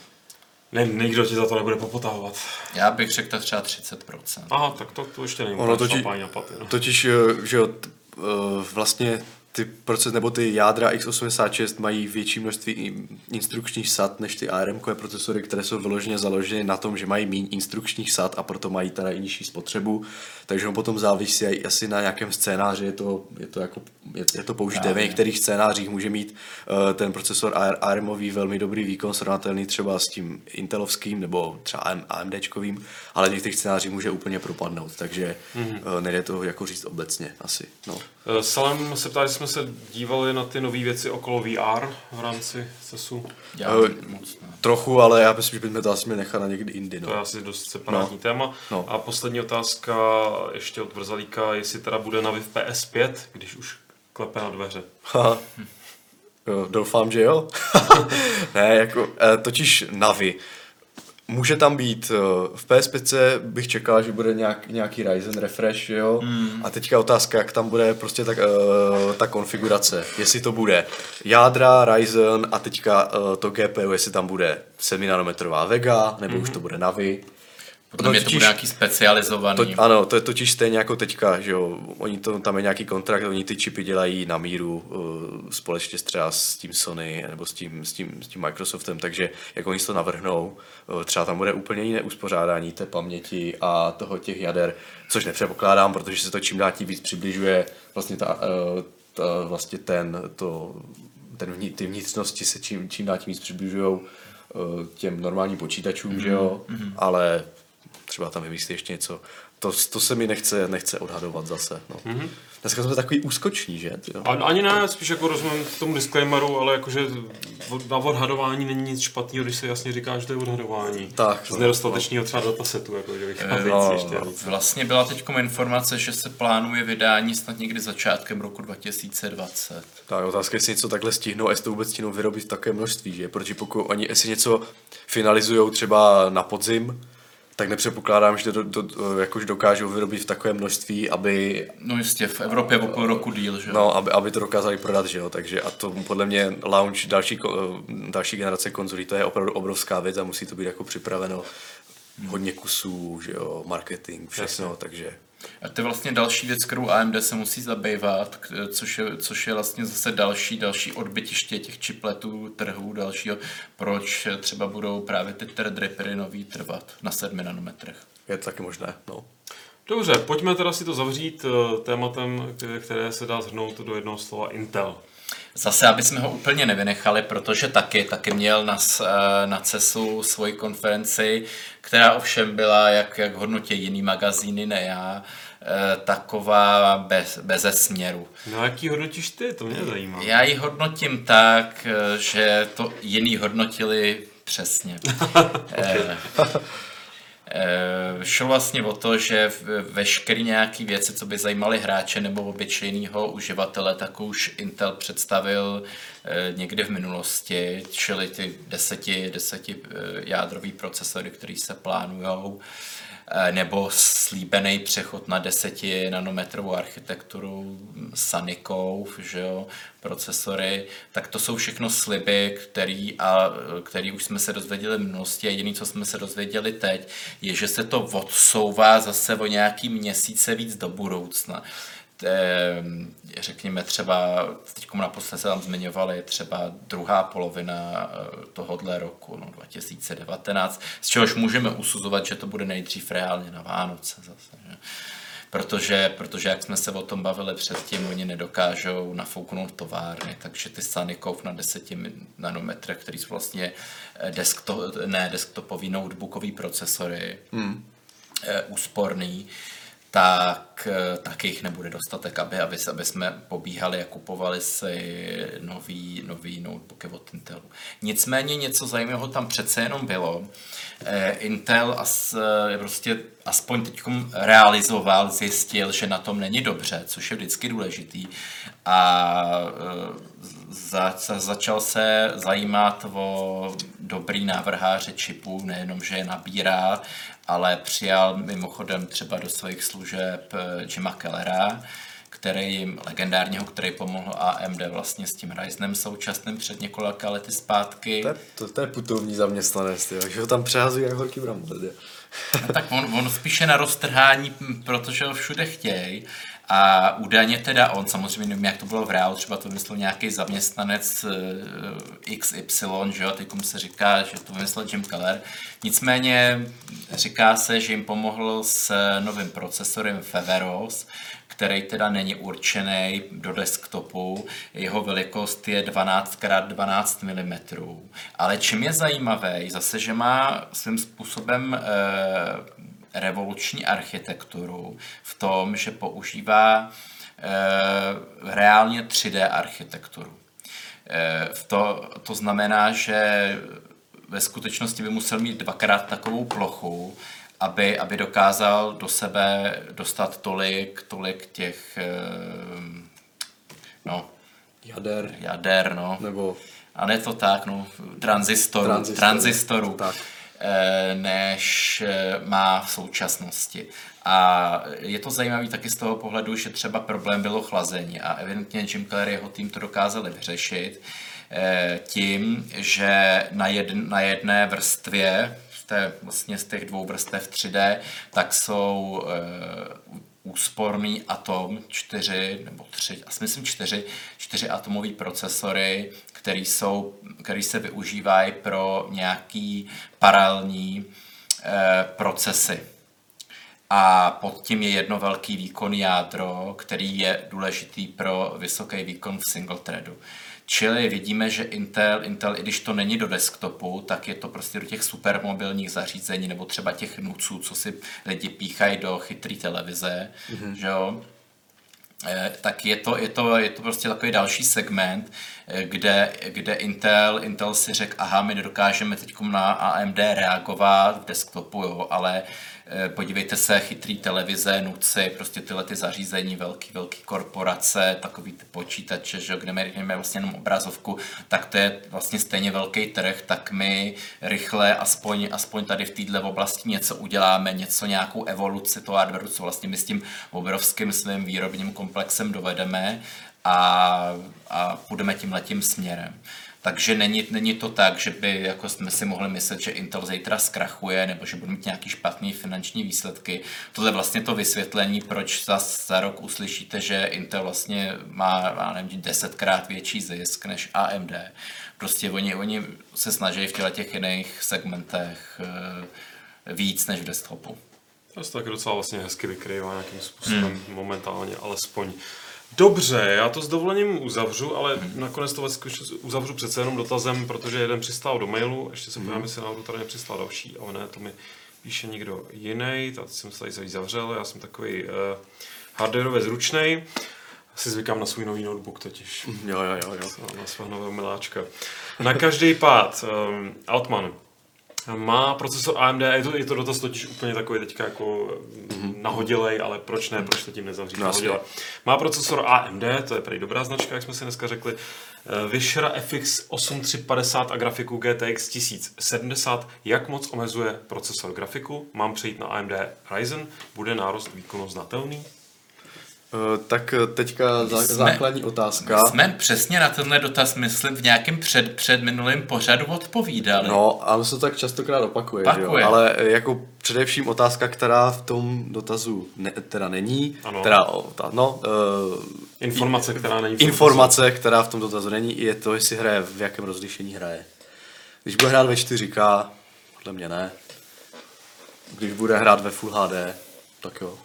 Speaker 1: Ne, nikdo ti za to nebude popotahovat.
Speaker 3: Já bych řekl tak třeba třicet procent.
Speaker 1: Aha, tak to, to ještě není
Speaker 2: ono totiž,
Speaker 1: na paty. No.
Speaker 2: Totiž, že jo, vlastně ty procent, nebo ty jádra X osmdesát šest mají větší množství instrukčních sat než ty A R M-kové procesory, které jsou vyloženě založeny na tom, že mají méně instrukčních sat a proto mají teda i nižší spotřebu. Takže on potom závisí asi na nějakém scénáři, je to, je to, jako, je, je to použité. V některých scénářích může mít uh, ten procesor A R M-ový velmi dobrý výkon, srovnatelný třeba s tím intelovským nebo třeba AMDčkovým, ale v některých scénářích může úplně propadnout, takže mm-hmm. uh, nejde to jako říct obecně asi. No.
Speaker 1: Salem se ptá, že jsme se dívali na ty nové věci okolo V R v rámci cesu.
Speaker 3: Já
Speaker 2: uh, moc ne. Trochu, ale já myslím, že bychom to asi měli nechat na někdy jindy. No.
Speaker 1: To je asi dost separátní no. téma. No. A poslední otázka ještě od Vrzalíka, jestli teda bude Navi v P S pět, když už klepe na dveře.
Speaker 2: Jo, doufám, že jo. Ne, jako, totiž Navi. Může tam být, v P S pět bych čekal, že bude nějak, nějaký Ryzen refresh, jo, mm. a teďka otázka, jak tam bude prostě ta, ta konfigurace, jestli to bude jádra, Ryzen a teďka to G P U, jestli tam bude sedminanometrová Vega, nebo mm-hmm. už to bude Navi.
Speaker 3: Potom je to bude nějaký specializovaný.
Speaker 2: To, ano, to je totiž stejně jako teďka, že jo, oni to, tam je nějaký kontrakt, oni ty čipy dělají na míru uh, společně třeba s tím Sony nebo s tím, s tím, s tím Microsoftem, takže jak oni to navrhnou, uh, třeba tam bude úplně jiné uspořádání té paměti a toho těch jader, což nepředpokládám, protože se to čím dál tím víc přibližuje, vlastně, ta, uh, ta, vlastně ten, to, ten vnitř, ty vnitřnosti se čím, čím dál tím víc přibližují uh, těm normálním počítačům, mm-hmm. že jo, mm-hmm. ale třeba tam vymyslí ještě něco. To, to se mi nechce, nechce odhadovat zase. No. Mm-hmm. Dneska jsme takový úskoční, že?
Speaker 1: Ani ne, spíš jako rozumím tomu disclaimeru, ale jakože na odhadování není nic špatného, když se jasně říká, že to je odhadování. Tak, z nedostatečného třeba datasetu, jako, že vychází
Speaker 3: no,
Speaker 1: ještě.
Speaker 3: No, vlastně byla teď informace, že se plánuje vydání snad někdy začátkem roku dva tisíce dvacet.
Speaker 2: Tak otázka, jestli něco takhle stihnou a jestli to vůbec stihnou vyrobit v takové množství, že? Protože pokud oni jestli něco finalizujou třeba na podzim, tak nepředpokládám, že to do, do, jakož dokážou vyrobit v takovém množství, aby...
Speaker 3: No jistě, v Evropě o půl roku díl, že jo?
Speaker 2: No, aby, aby to dokázali prodat, že jo, takže a to podle mě launch další, další generace konzolí, to je opravdu obrovská věc a musí to být jako připraveno hodně kusů, že jo, marketing, všechno, Jasně. takže...
Speaker 3: A to je vlastně další věc, kterou A M D se musí zabývat, což je, což je vlastně zase další, další odbytiště těch chipletů trhů, dalšího, proč třeba budou právě ty Threadrippery nový trvat na sedmi nanometrech.
Speaker 2: Je to taky možné, no.
Speaker 1: Dobře, pojďme teda si to zavřít tématem, které se dá shrnout do jednoho slova Intel.
Speaker 3: Zase, aby jsme ho úplně nevynechali, protože taky, taky měl na, na CESu svoji konferenci, která ovšem byla, jak, jak hodnotí jiný magazíny, ne já, taková bez, beze směru.
Speaker 1: No jak ji hodnotíš ty? To mě zajímá.
Speaker 3: Já ji hodnotím tak, že to jiný hodnotili přesně. Okay. Šlo vlastně o to, že veškeré nějaké věci, co by zajímaly hráče nebo obyčejného uživatele, tak už Intel představil někdy v minulosti, čili ty deseti, deseti jádrový procesory, které se plánujou, nebo slíbený přechod na deseti nanometrovou architekturu Sanikou, že jo, procesory, tak to jsou všechno sliby, který, a, který už jsme se dozvěděli v minulosti a jediné, co jsme se dozvěděli teď, je, že se to odsouvá zase o nějaký měsíce víc do budoucna. Řekněme třeba, teď naposled se tam zmiňovali třeba druhá polovina tohohle roku, no, dva tisíce devatenáct, z čehož můžeme usuzovat, že to bude nejdřív reálně na Vánoce zase, že? Protože, protože jak jsme se o tom bavili předtím, oni nedokážou nafouknout továrny, takže ty Sunycove na deseti nanometrech, který jsou vlastně desktop, ne desktopový, notebookový procesory, hmm. úsporný, tak taky jich nebude dostatek, aby, aby, aby jsme pobíhali a kupovali si nový, nový notebooky od Intelu. Nicméně něco zajímavého tam přece jenom bylo. Intel as, prostě aspoň teď realizoval, zjistil, že na tom není dobře, což je vždycky důležitý, a za, začal se zajímat o dobrý návrháře čipů, nejenom, že je nabírá, ale přijal mimochodem třeba do svých služeb Jima Kellera, který, legendárního, který pomohl A M D vlastně s tím Ryzenem současným před několika lety zpátky.
Speaker 2: To je, to, to je putovní zaměstnanec, že ho tam přehazují jak horký brambory.
Speaker 3: No, tak on, on spíše na roztrhání, protože ho všude chtějí. A údajně teda on, samozřejmě nevím, jak to bylo v reálu, třeba to vymyslel nějaký zaměstnanec X Y, že jo, teď se říká, že to vymyslel Jim Keller. Nicméně říká se, že jim pomohl s novým procesorem Feveros, který teda není určený do desktopu, jeho velikost je dvanáct krát dvanáct milimetrů. Ale čím je zajímavý, zase, že má svým způsobem eh, revoluční architekturu v tom, že používá eh, reálně tři dé architekturu. Eh, to, to znamená, že ve skutečnosti by musel mít dvakrát takovou plochu, aby, aby dokázal do sebe dostat tolik, tolik těch eh, no,
Speaker 2: jader,
Speaker 3: jader no.
Speaker 2: Nebo...
Speaker 3: A ne to tak, no, tranzistorů, tranzistorů, tranzistorů. Tak. Než má v současnosti. A je to zajímavé taky z toho pohledu, že třeba problém bylo chlazení a evidentně Jim Keller jeho tým to dokázali vyřešit tím, že na, jed, na jedné vrstvě, z, té, vlastně z těch dvou vrstev tři dé, tak jsou úsporný atom, čtyři nebo tři, asi myslím čtyři, čtyři atomový procesory, který, jsou, který se využívají pro nějaký paralelní eh, procesy. A pod tím je jedno velký výkonný jádro, který je důležitý pro vysoký výkon v single threadu. Čili vidíme, že Intel, Intel, i když to není do desktopu, tak je to prostě do těch supermobilních zařízení nebo třeba těch nuců, co si lidi píchají do chytrý televize, mm-hmm. že jo? E, tak je to, je, to, je to prostě takový další segment, kde, kde Intel, Intel si řekl, aha, my nedokážeme teď na A M D reagovat v desktopu, jo, ale podívejte se, chytrý televize, nuci, prostě tyhle ty zařízení, velký, velký korporace, takový ty počítače, že, kde my máme vlastně jenom obrazovku, tak to je vlastně stejně velký trh, tak my rychle aspoň, aspoň tady v této oblasti něco uděláme, něco, nějakou evoluci toho hardwareu, co vlastně my s tím obrovským svým výrobním komplexem dovedeme a, a půjdeme tímhletím směrem. Takže není, není to tak, že by jako jsme si mohli myslet, že Intel zítra zkrachuje nebo že bude mít nějaký špatný finanční výsledky. Tohle je vlastně to vysvětlení, proč za, za rok uslyšíte, že Intel vlastně má, já nevím, desetkrát větší zisk než A M D. Prostě oni, oni se snaží v těchto těch jiných segmentech e, víc než v desktopu.
Speaker 1: To se taky docela vlastně hezky vykrývá nějakým způsobem hmm. momentálně, alespoň. Dobře, já to s dovolením uzavřu, ale hmm. nakonec to uzavřu přece jenom dotazem, protože jeden přistál do mailu, ještě se podívám, jestli náhodou tady nepřistál další, ale ne, to mi píše někdo jiný, tak jsem se tady celý zavřel, já jsem takový uh, hardwareově zručnej, si zvykám na svůj nový notebook totiž.
Speaker 2: Jo, jo, jo, jo.
Speaker 1: Na svého nového miláčka. Na každý pád, um, Altman má procesor A M D, je to, je to dotaz totiž úplně takový teďka jako mm-hmm. nahodilej, ale proč ne, proč to tím nezavřít, nahodile. Má procesor A M D, to je prý dobrá značka, jak jsme si dneska řekli, Vyšera F X osm tři padesát a grafiku G T X tisíc sedmdesát. Jak moc omezuje procesor grafiku? Mám přejít na A M D Ryzen? Bude nárost výkonu znatelný?
Speaker 2: Uh, tak teďka zá, jsme, základní otázka.
Speaker 3: Jsme přesně na tenhle dotaz, myslím, v nějakém před, předminulém pořadu odpovídali.
Speaker 2: No, a se to tak častokrát opakuje, opakuje. Jo? Ale jako především otázka, která v tom dotazu ne, teda není, ano. teda ta, no, uh,
Speaker 1: informace, která není v
Speaker 2: informace, dotazu. která v tom dotazu není, je to, jestli hraje, v jakém rozlišení hraje. Když bude hrát ve čtyři K, podle mě ne. Když bude hrát ve Full H D, tak jo.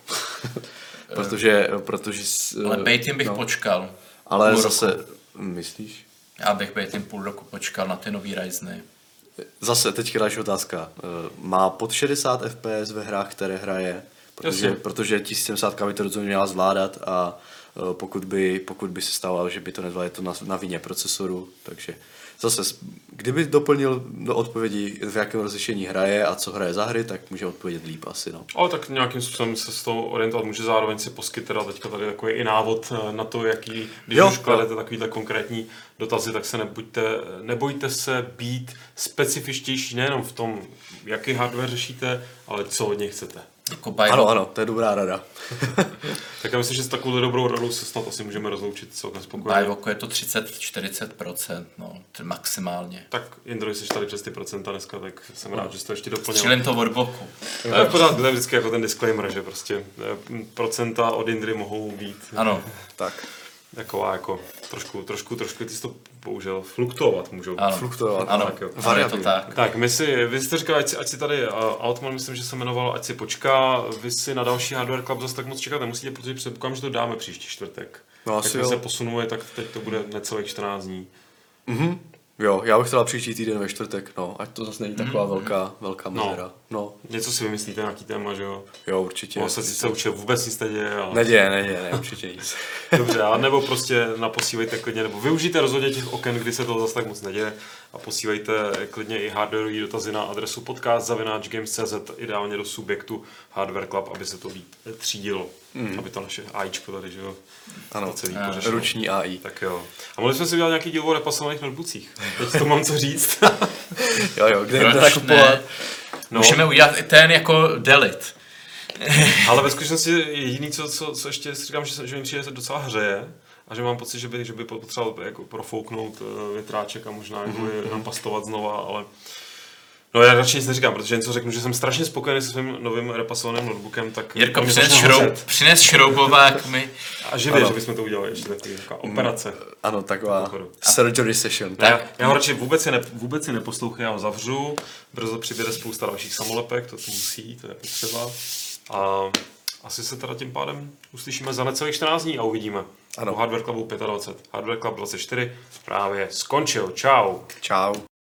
Speaker 2: Protože, protože...
Speaker 3: Ale bejtím bych no, počkal.
Speaker 2: Ale zase, roku. Myslíš?
Speaker 3: Já bych bejtím půl roku počkal na ty nový Ryzeny.
Speaker 2: Zase, teďka další otázka. Má pod šedesát F P S ve hrách, které hraje? Protože, protože tisíc sedmdesát by to rozhodně měla zvládat a pokud by, pokud by se stalo, že by to nezvládlo, je to na, na vině procesoru, takže zase, kdyby doplnil do odpovědi, v jakém rozlišení hraje a co hraje za hry, tak může odpovědět líp asi, no.
Speaker 1: Ale tak nějakým způsobem se z toho orientovat může, zároveň si poskyt teda teďka tady takový i návod na to, jaký, když jo, už kladete takovýhle konkrétní dotazy, tak se nebojte, nebojte se být specifičtější nejenom v tom, jaký hardware řešíte, ale co od něj chcete.
Speaker 3: Jako
Speaker 2: ano, ano, to je dobrá rada.
Speaker 1: Tak já myslím, že s takovou dobrou radou se snad asi můžeme rozloučit celkem spokojeně.
Speaker 3: Bajvoko je to třicet až čtyřicet procent, no, maximálně.
Speaker 1: Tak Jindro, jsi tady přes ty procenta dneska, tak jsem rád, že jsi to ještě doplnil.
Speaker 3: Střílím to od boku.
Speaker 1: To je pořád, to je vždycky jako ten disclaimer, že prostě procenta od Indry mohou být.
Speaker 3: Ano.
Speaker 2: Tak.
Speaker 1: Taková jako trošku, trošku, trošku, ty jsi to použil, fluktuovat můžou.
Speaker 2: Ano. Fluktuovat,
Speaker 3: ano, tak, ano je to tak.
Speaker 1: Tak, my si, vy jste říkali, ať si, ať si tady, uh, Altman, myslím, že se jmenoval, ať si počká, vy si na další Hardware Club zase tak moc čekat nemusíte, protože předpokládám, že to dáme příští čtvrtek.
Speaker 2: No asi
Speaker 1: Jak
Speaker 2: jo.
Speaker 1: se posunuje, tak teď to bude necelých čtrnáct dní.
Speaker 2: Mhm. Jo, já bych chtěla příští týden ve čtvrtek, no, ať to zase není taková mm-hmm. velká, velká mezera. No. no.
Speaker 1: Něco si vymyslíte, nějaký téma, že jo?
Speaker 2: Jo, určitě.
Speaker 1: No, se sice určitě vůbec nic neděje, ale...
Speaker 2: Neděje, neděje, ne, určitě nic.
Speaker 1: Dobře, a nebo prostě naposívejte klidně, nebo využijte rozhodně těch oken, kdy se to zase tak moc neděje a posílejte klidně i hardwareový dotazy na adresu podcast zavináč games tečka cz, ideálně do subjektu Hardware Club, aby se to líp třídilo, mm. aby to naše AIčko tady, že jo?
Speaker 2: Ano, celý ruční A I.
Speaker 1: Tak jo. A mohli jsme si udělat nějaký díl o repasovaných notebookích. Teď to mám co říct.
Speaker 2: jo, jo, kde to nakupovat?
Speaker 3: No. Můžeme udělat i ten jako Delit.
Speaker 1: Ale ve skutečnosti jediný, co, co, co ještě si říkám, že, že mi přijde docela hřeje a že mám pocit, že by, že by potřeboval jako profouknout větráček a možná mm-hmm. napastovat znova, ale no já radši nic neříkám, protože něco řeknu, že jsem strašně spokojený se svým novým repasovaným notebookem, tak...
Speaker 3: Jirko, přines, šroub, přines šroubovák mi.
Speaker 1: A živě, že bychom to udělali ještě takový, taková operace.
Speaker 2: Mm, ano, taková surgery session.
Speaker 1: Já, já ho radši vůbec si, ne, vůbec si neposlouchám, já ho zavřu, brzo přibude spousta dalších samolepek, to tu musí, to je potřeba. A asi se teda tím pádem uslyšíme za necelých čtrnáct dní a uvidíme. Ano. U Hardware Clubu dvacet pět. Hardware Club dvacet čtyři právě skončil. Čau.
Speaker 2: Čau.